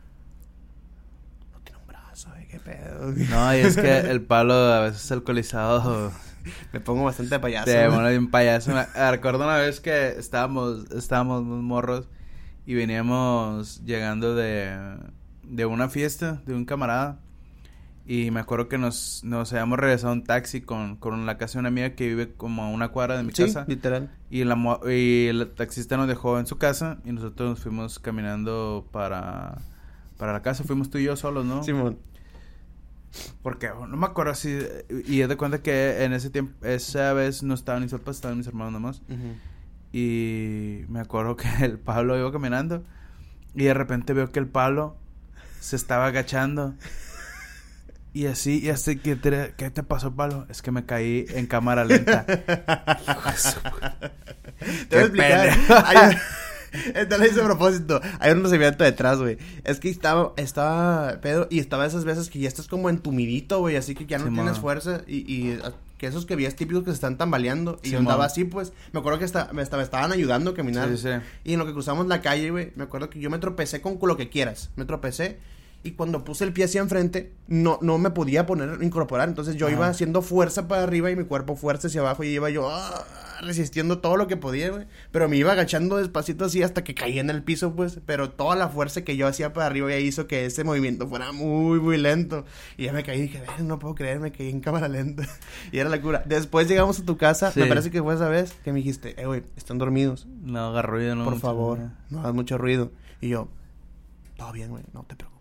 No tiene un brazo, güey, qué pedo. No, y es que el Pablo a veces alcoholizado... Me pongo bastante payaso. Sí, bueno, bien payaso. Recuerdo una vez que estábamos unos morros y veníamos llegando de una fiesta de un camarada. Y me acuerdo que nos habíamos regresado en taxi con la casa de una amiga que vive como a una cuadra de mi casa. Sí, literal. Y el taxista nos dejó en su casa y nosotros nos fuimos caminando para la casa. Fuimos tú y yo solos, ¿no? Simón. Porque no me acuerdo si... Y es de cuenta que en ese tiempo, esa vez no estaban mis papás, estaban mis hermanos nomás. Uh-huh. Y me acuerdo que el Pablo iba caminando y de repente veo que el Pablo se estaba agachando. Y así, ¿qué te pasó, Pablo? Es que me caí en cámara lenta. Hijo de su... Te voy a explicar. Esto lo hice a propósito. Hay un procedimiento detrás, güey. Es que estaba pedo y estaba esas veces que ya estás como entumidito, güey. Así que ya no tienes fuerza. Y que esos que veías típicos que se están tambaleando. Y yo andaba así, pues. Me acuerdo que me estaban ayudando a caminar. Sí. Y en lo que cruzamos la calle, güey, me acuerdo que yo me tropecé con lo que quieras. Me tropecé. Y cuando puse el pie hacia enfrente, no me podía incorporar. Entonces yo iba haciendo fuerza para arriba y mi cuerpo fuerza hacia abajo. Y iba yo resistiendo todo lo que podía, güey. Pero me iba agachando despacito así hasta que caí en el piso, pues. Pero toda la fuerza que yo hacía para arriba ya hizo que ese movimiento fuera muy, muy lento. Y ya me caí y dije, no puedo creer, me caí en cámara lenta. Y era la cura. Después llegamos a tu casa. Sí. Me parece que fue esa vez que me dijiste, güey, están dormidos. No hagas ruido, no. Por favor, no hagas mucho ruido. Y yo, todo bien, güey, no te preocupes.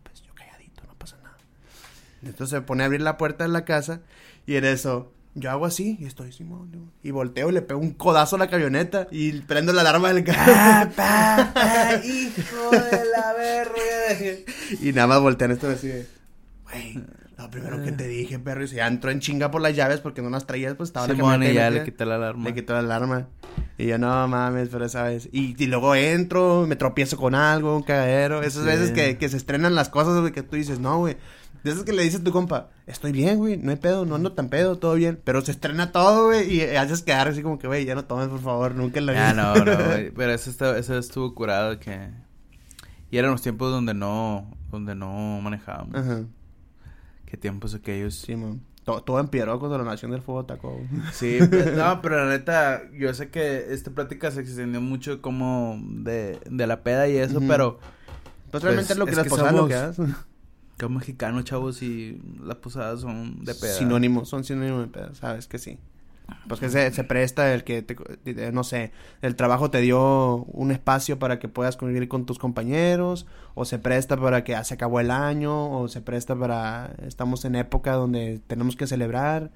Entonces se pone a abrir la puerta de la casa y en eso yo hago así y estoy Simón y volteo y le pego un codazo a la camioneta y prendo la alarma del carro. ¡Hijo de la verga! Y nada más voltean esto así de, güey, lo primero que te dije, perro, y se ya entró en chinga por las llaves porque no las traías, pues estaba Simón, la camioneta. Y ya le quité la alarma. Le quitó la alarma. Y yo, no mames, pero sabes. Y luego entro, me tropiezo con algo, un cagadero. Esas veces que se estrenan las cosas, güey, que tú dices, no, güey. De esas que le dices a tu compa, estoy bien, güey, no hay pedo, no ando tan pedo, todo bien. Pero se estrena todo, güey, y haces quedar así como que, güey, ya no tomes, por favor, nunca en la vida. No, güey, pero eso estuvo curado que... Y eran los tiempos donde no manejábamos. Ajá. Qué tiempos aquellos. Sí, man. Todo empeoró cuando la Nación del Fuego atacó. Sí, no, pero la neta, yo sé que esta plática se extendió mucho como de la peda y eso, pero... Pues realmente es lo que las posadas lo que haces. Como mexicano, chavos, y las posadas son de peda. Son sinónimos de peda, sabes que sí. Pues que se presta el que, no sé, el trabajo te dio un espacio para que puedas convivir con tus compañeros, o se presta para que se acabó el año, o se presta para, estamos en época donde tenemos que celebrar,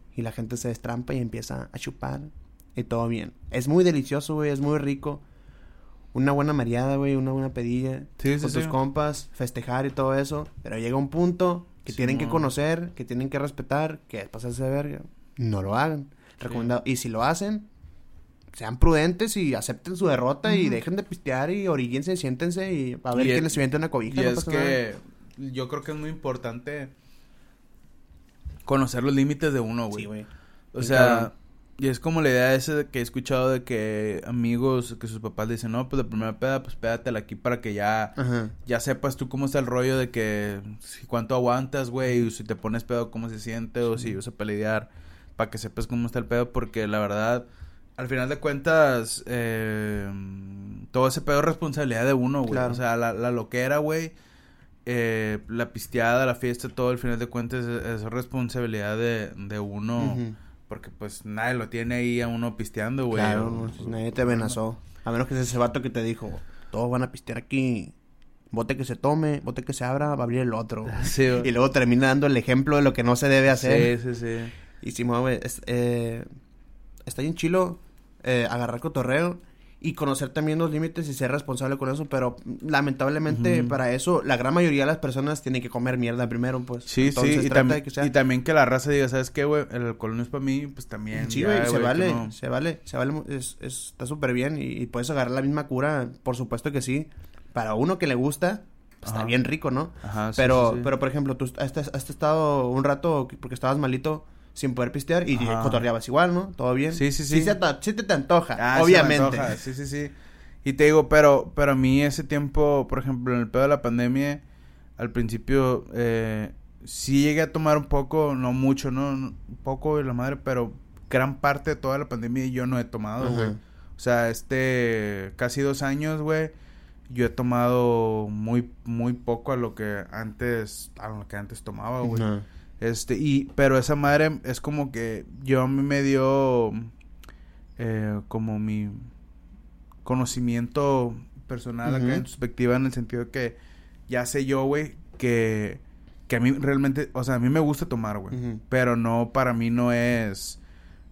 y la gente se destrampa y empieza a chupar y todo bien. Es muy delicioso, güey, es muy rico. Una buena mareada, güey, una buena pedilla con tus compas, festejar y todo eso. Pero llega un punto que tienen que conocer, que tienen que respetar, que es pasarse de verga. No lo hagan. Recomendado. Y si lo hacen, sean prudentes y acepten su derrota y dejen de pistear y oríguense, siéntense y a ver quién les siente una cobija. Y no es que yo creo que es muy importante conocer los límites de uno, güey. Sí, güey. O sea, y es como la idea esa que he escuchado de que amigos, que sus papás le dicen, no, pues la primera peda, pues pédatela aquí para que ya sepas tú cómo está el rollo de que si cuánto aguantas, güey, o si te pones pedo, cómo se siente, o si usa para lidiar, para que sepas cómo está el pedo, porque la verdad, al final de cuentas, todo ese pedo es responsabilidad de uno, güey. Claro. O sea, la loquera, güey. La pisteada, la fiesta, todo al final de cuentas es responsabilidad de uno, porque pues nadie lo tiene ahí a uno pisteando, güey. Claro, nadie te amenazó, a menos que sea ese vato que te dijo, todos van a pistear aquí, bote que se tome, bote que se abra, va a abrir el otro. Sí, y luego termina dando el ejemplo de lo que no se debe hacer. Sí. Y si güey, está bien chilo agarrar cotorreo y conocer también los límites y ser responsable con eso, pero lamentablemente para eso la gran mayoría de las personas tienen que comer mierda primero, pues. Sí, entonces, y también que la raza diga, ¿sabes qué, güey? El alcohol no es para mí, pues también. Sí, güey, se vale, está súper bien y puedes agarrar la misma cura, por supuesto que sí. Para uno que le gusta, pues está bien rico, ¿no? Ajá, pero por ejemplo, tú has estado un rato porque estabas malito sin poder pistear y cotorreabas igual, ¿no? ¿Todo bien? Sí. Sí te antoja, obviamente. Sí me antoja. Sí. Y te digo, pero a mí ese tiempo, por ejemplo, en el pedo de la pandemia, al principio, sí llegué a tomar un poco, no mucho, ¿no? Un poco de la madre, pero gran parte de toda la pandemia yo no he tomado, güey. O sea, casi 2 años, güey, yo he tomado muy, muy poco a lo que antes tomaba, güey. Pero esa madre es como que yo a mí me dio como mi conocimiento personal acá en perspectiva, en el sentido de que ya sé yo, güey, que a mí realmente, o sea, a mí me gusta tomar, güey, pero no, para mí no es,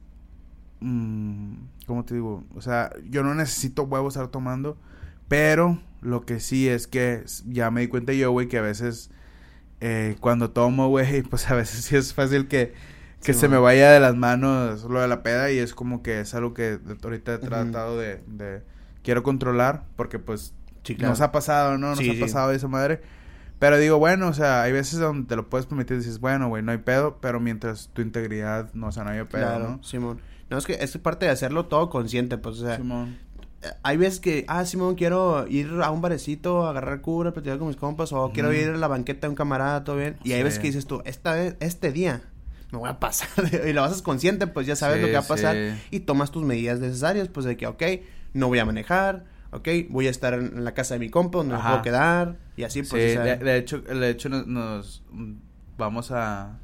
¿cómo te digo? O sea, yo no necesito huevos estar tomando, pero lo que sí es que ya me di cuenta yo, güey, que a veces cuando tomo, güey, pues a veces sí es fácil que se me vaya de las manos lo de la peda, y es como que es algo que ahorita he tratado de quiero controlar, porque pues nos ha pasado, ¿no? Nos ha pasado esa madre. Pero digo, bueno, o sea, hay veces donde te lo puedes permitir y dices, bueno, güey, no hay pedo, pero mientras tu integridad, no, o sea, no hay pedo, claro, ¿no? Simón. No, es que es parte de hacerlo todo consciente, pues, o sea, Simón. Hay veces que, Simón, quiero ir a un barecito, agarrar cura, platicar con mis compas, o quiero ir a la banqueta de un camarada, todo bien. Y hay veces que dices tú, este día me voy a pasar, y lo haces consciente, pues ya sabes lo que va a pasar, y tomas tus medidas necesarias, pues de que, okay, no voy a manejar, okay, voy a estar en la casa de mi compa, donde me puedo quedar, y así, pues. Sí, de hecho nos vamos a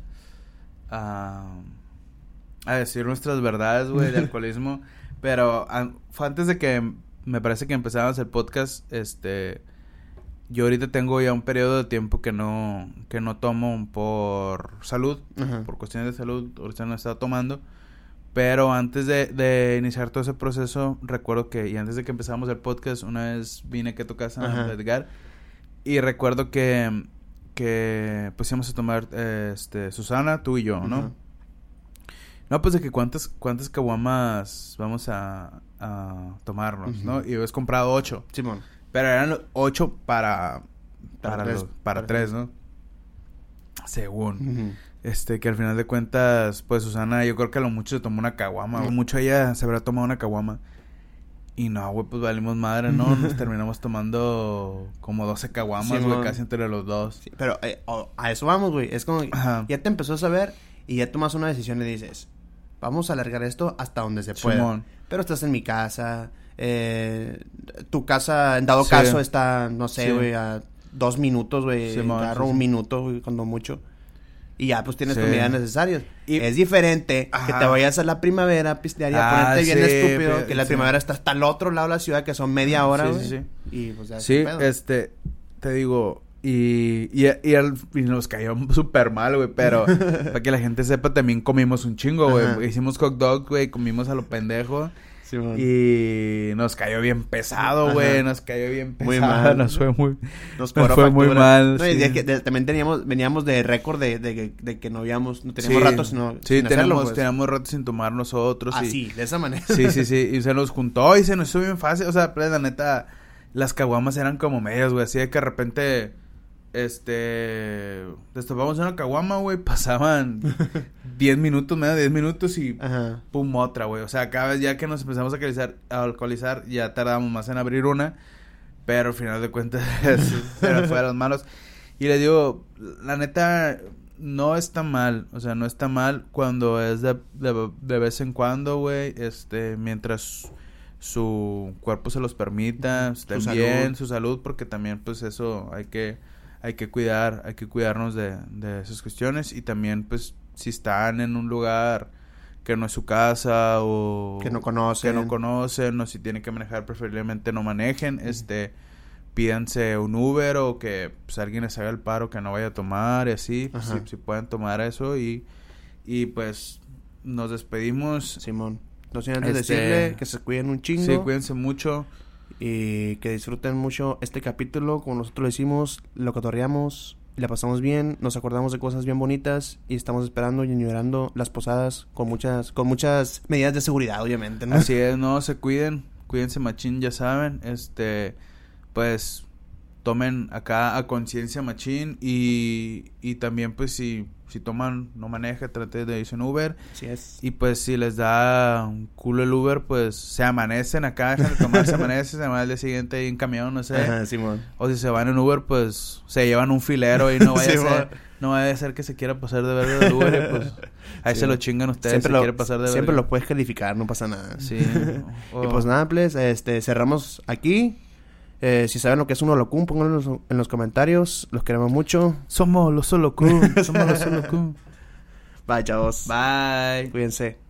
decir nuestras verdades, güey, de alcoholismo. Pero fue antes de que me parece que empezáramos el podcast, yo ahorita tengo ya un periodo de tiempo que no tomo por salud, por cuestiones de salud, ahorita no he estado tomando, pero antes de iniciar todo ese proceso, recuerdo que, y antes de que empezáramos el podcast, una vez vine aquí a tu casa a platicar, y recuerdo que pues íbamos a tomar, Susana, tú y yo, ¿no? No, pues de que cuántas caguamas vamos a tomarnos, ¿no? Y habías comprado 8. Simón. Pero eran 8 para 3, ¿no? Según. Que al final de cuentas, pues Susana, yo creo que a lo mucho se tomó una caguama. A lo mucho ella se habrá tomado una caguama. Y no, güey, pues valimos madre, ¿no? Nos terminamos tomando como 12 caguamas, güey, casi entre los dos. Sí, pero a eso vamos, güey. Es como, ya te empezó a saber y ya tomas una decisión y dices, vamos a alargar esto hasta donde se pueda. Simón. Pero estás en mi casa, tu casa, en dado caso, está, no sé, güey, a 2 minutos, güey, carro, 1 minuto, güey, cuando mucho. Y ya, pues, tienes tus medidas necesarias. Y es diferente que te vayas a la primavera a pistear y a ponerte bien estúpido, que la primavera está hasta el otro lado de la ciudad, que son media hora, güey. Y, pues, ya te digo, Y nos cayó súper mal, güey. Pero para que la gente sepa, también comimos un chingo, güey. Hicimos hot dog, güey. Comimos a lo pendejo. Sí, y nos cayó bien pesado, güey. Nos cayó bien pesado. Muy mal. Nos fue muy mal. No, sí. También veníamos de récord de que no teníamos rato sin teníamos rato sin tomar nosotros. Sí, de esa manera. Sí. Y se nos juntó y se nos hizo bien fácil. O sea, pues, la neta, las caguamas eran como medias, güey. Así de que de repente... destapamos una caguama, güey, pasaban 10 minutos, menos de 10 minutos y pum, otra, güey. O sea, cada vez ya que nos empezamos a alcoholizar, ya tardamos más en abrir una, pero al final de cuentas se nos fue de las manos. Y le digo, la neta, no está mal, o sea, no está mal cuando es de vez en cuando, güey, mientras su cuerpo se los permita, estén bien, su salud, porque también, pues, eso hay que cuidarnos de esas cuestiones. Y también, pues, si están en un lugar que no es su casa o... que no conocen o si tienen que manejar, preferiblemente no manejen. Pídanse un Uber o que, pues, alguien les haga el paro que no vaya a tomar y así. Pues, si pueden tomar eso y pues, nos despedimos. Simón. No sin antes decirle que se cuiden un chingo. Sí, cuídense mucho. Y que disfruten mucho este capítulo. Como nosotros lo hicimos, lo cotorreamos, la pasamos bien, nos acordamos de cosas bien bonitas y estamos esperando y añorando las posadas con muchas medidas de seguridad, obviamente, ¿no? Así es, no, se cuídense machín, ya saben, pues tomen acá a conciencia machín y también, pues, si toman, no maneje, trate de irse en Uber. Así es. Y pues si les da un culo el Uber, pues se amanecen acá, dejan de tomar, se van al día siguiente ahí en camión, no sé. Ajá, Simón. O si se van en Uber, pues se llevan un filero y no vaya a ser que se quiera pasar de verga del Uber y pues ahí se lo chingan ustedes si quiere pasar de verga. Siempre lo puedes calificar, no pasa nada. Sí. Y pues nada, pues, cerramos aquí. Si saben lo que es un holocum, pónganlo en los comentarios. Los queremos mucho. Somos los holocum. Bye, chavos. Bye. Cuídense.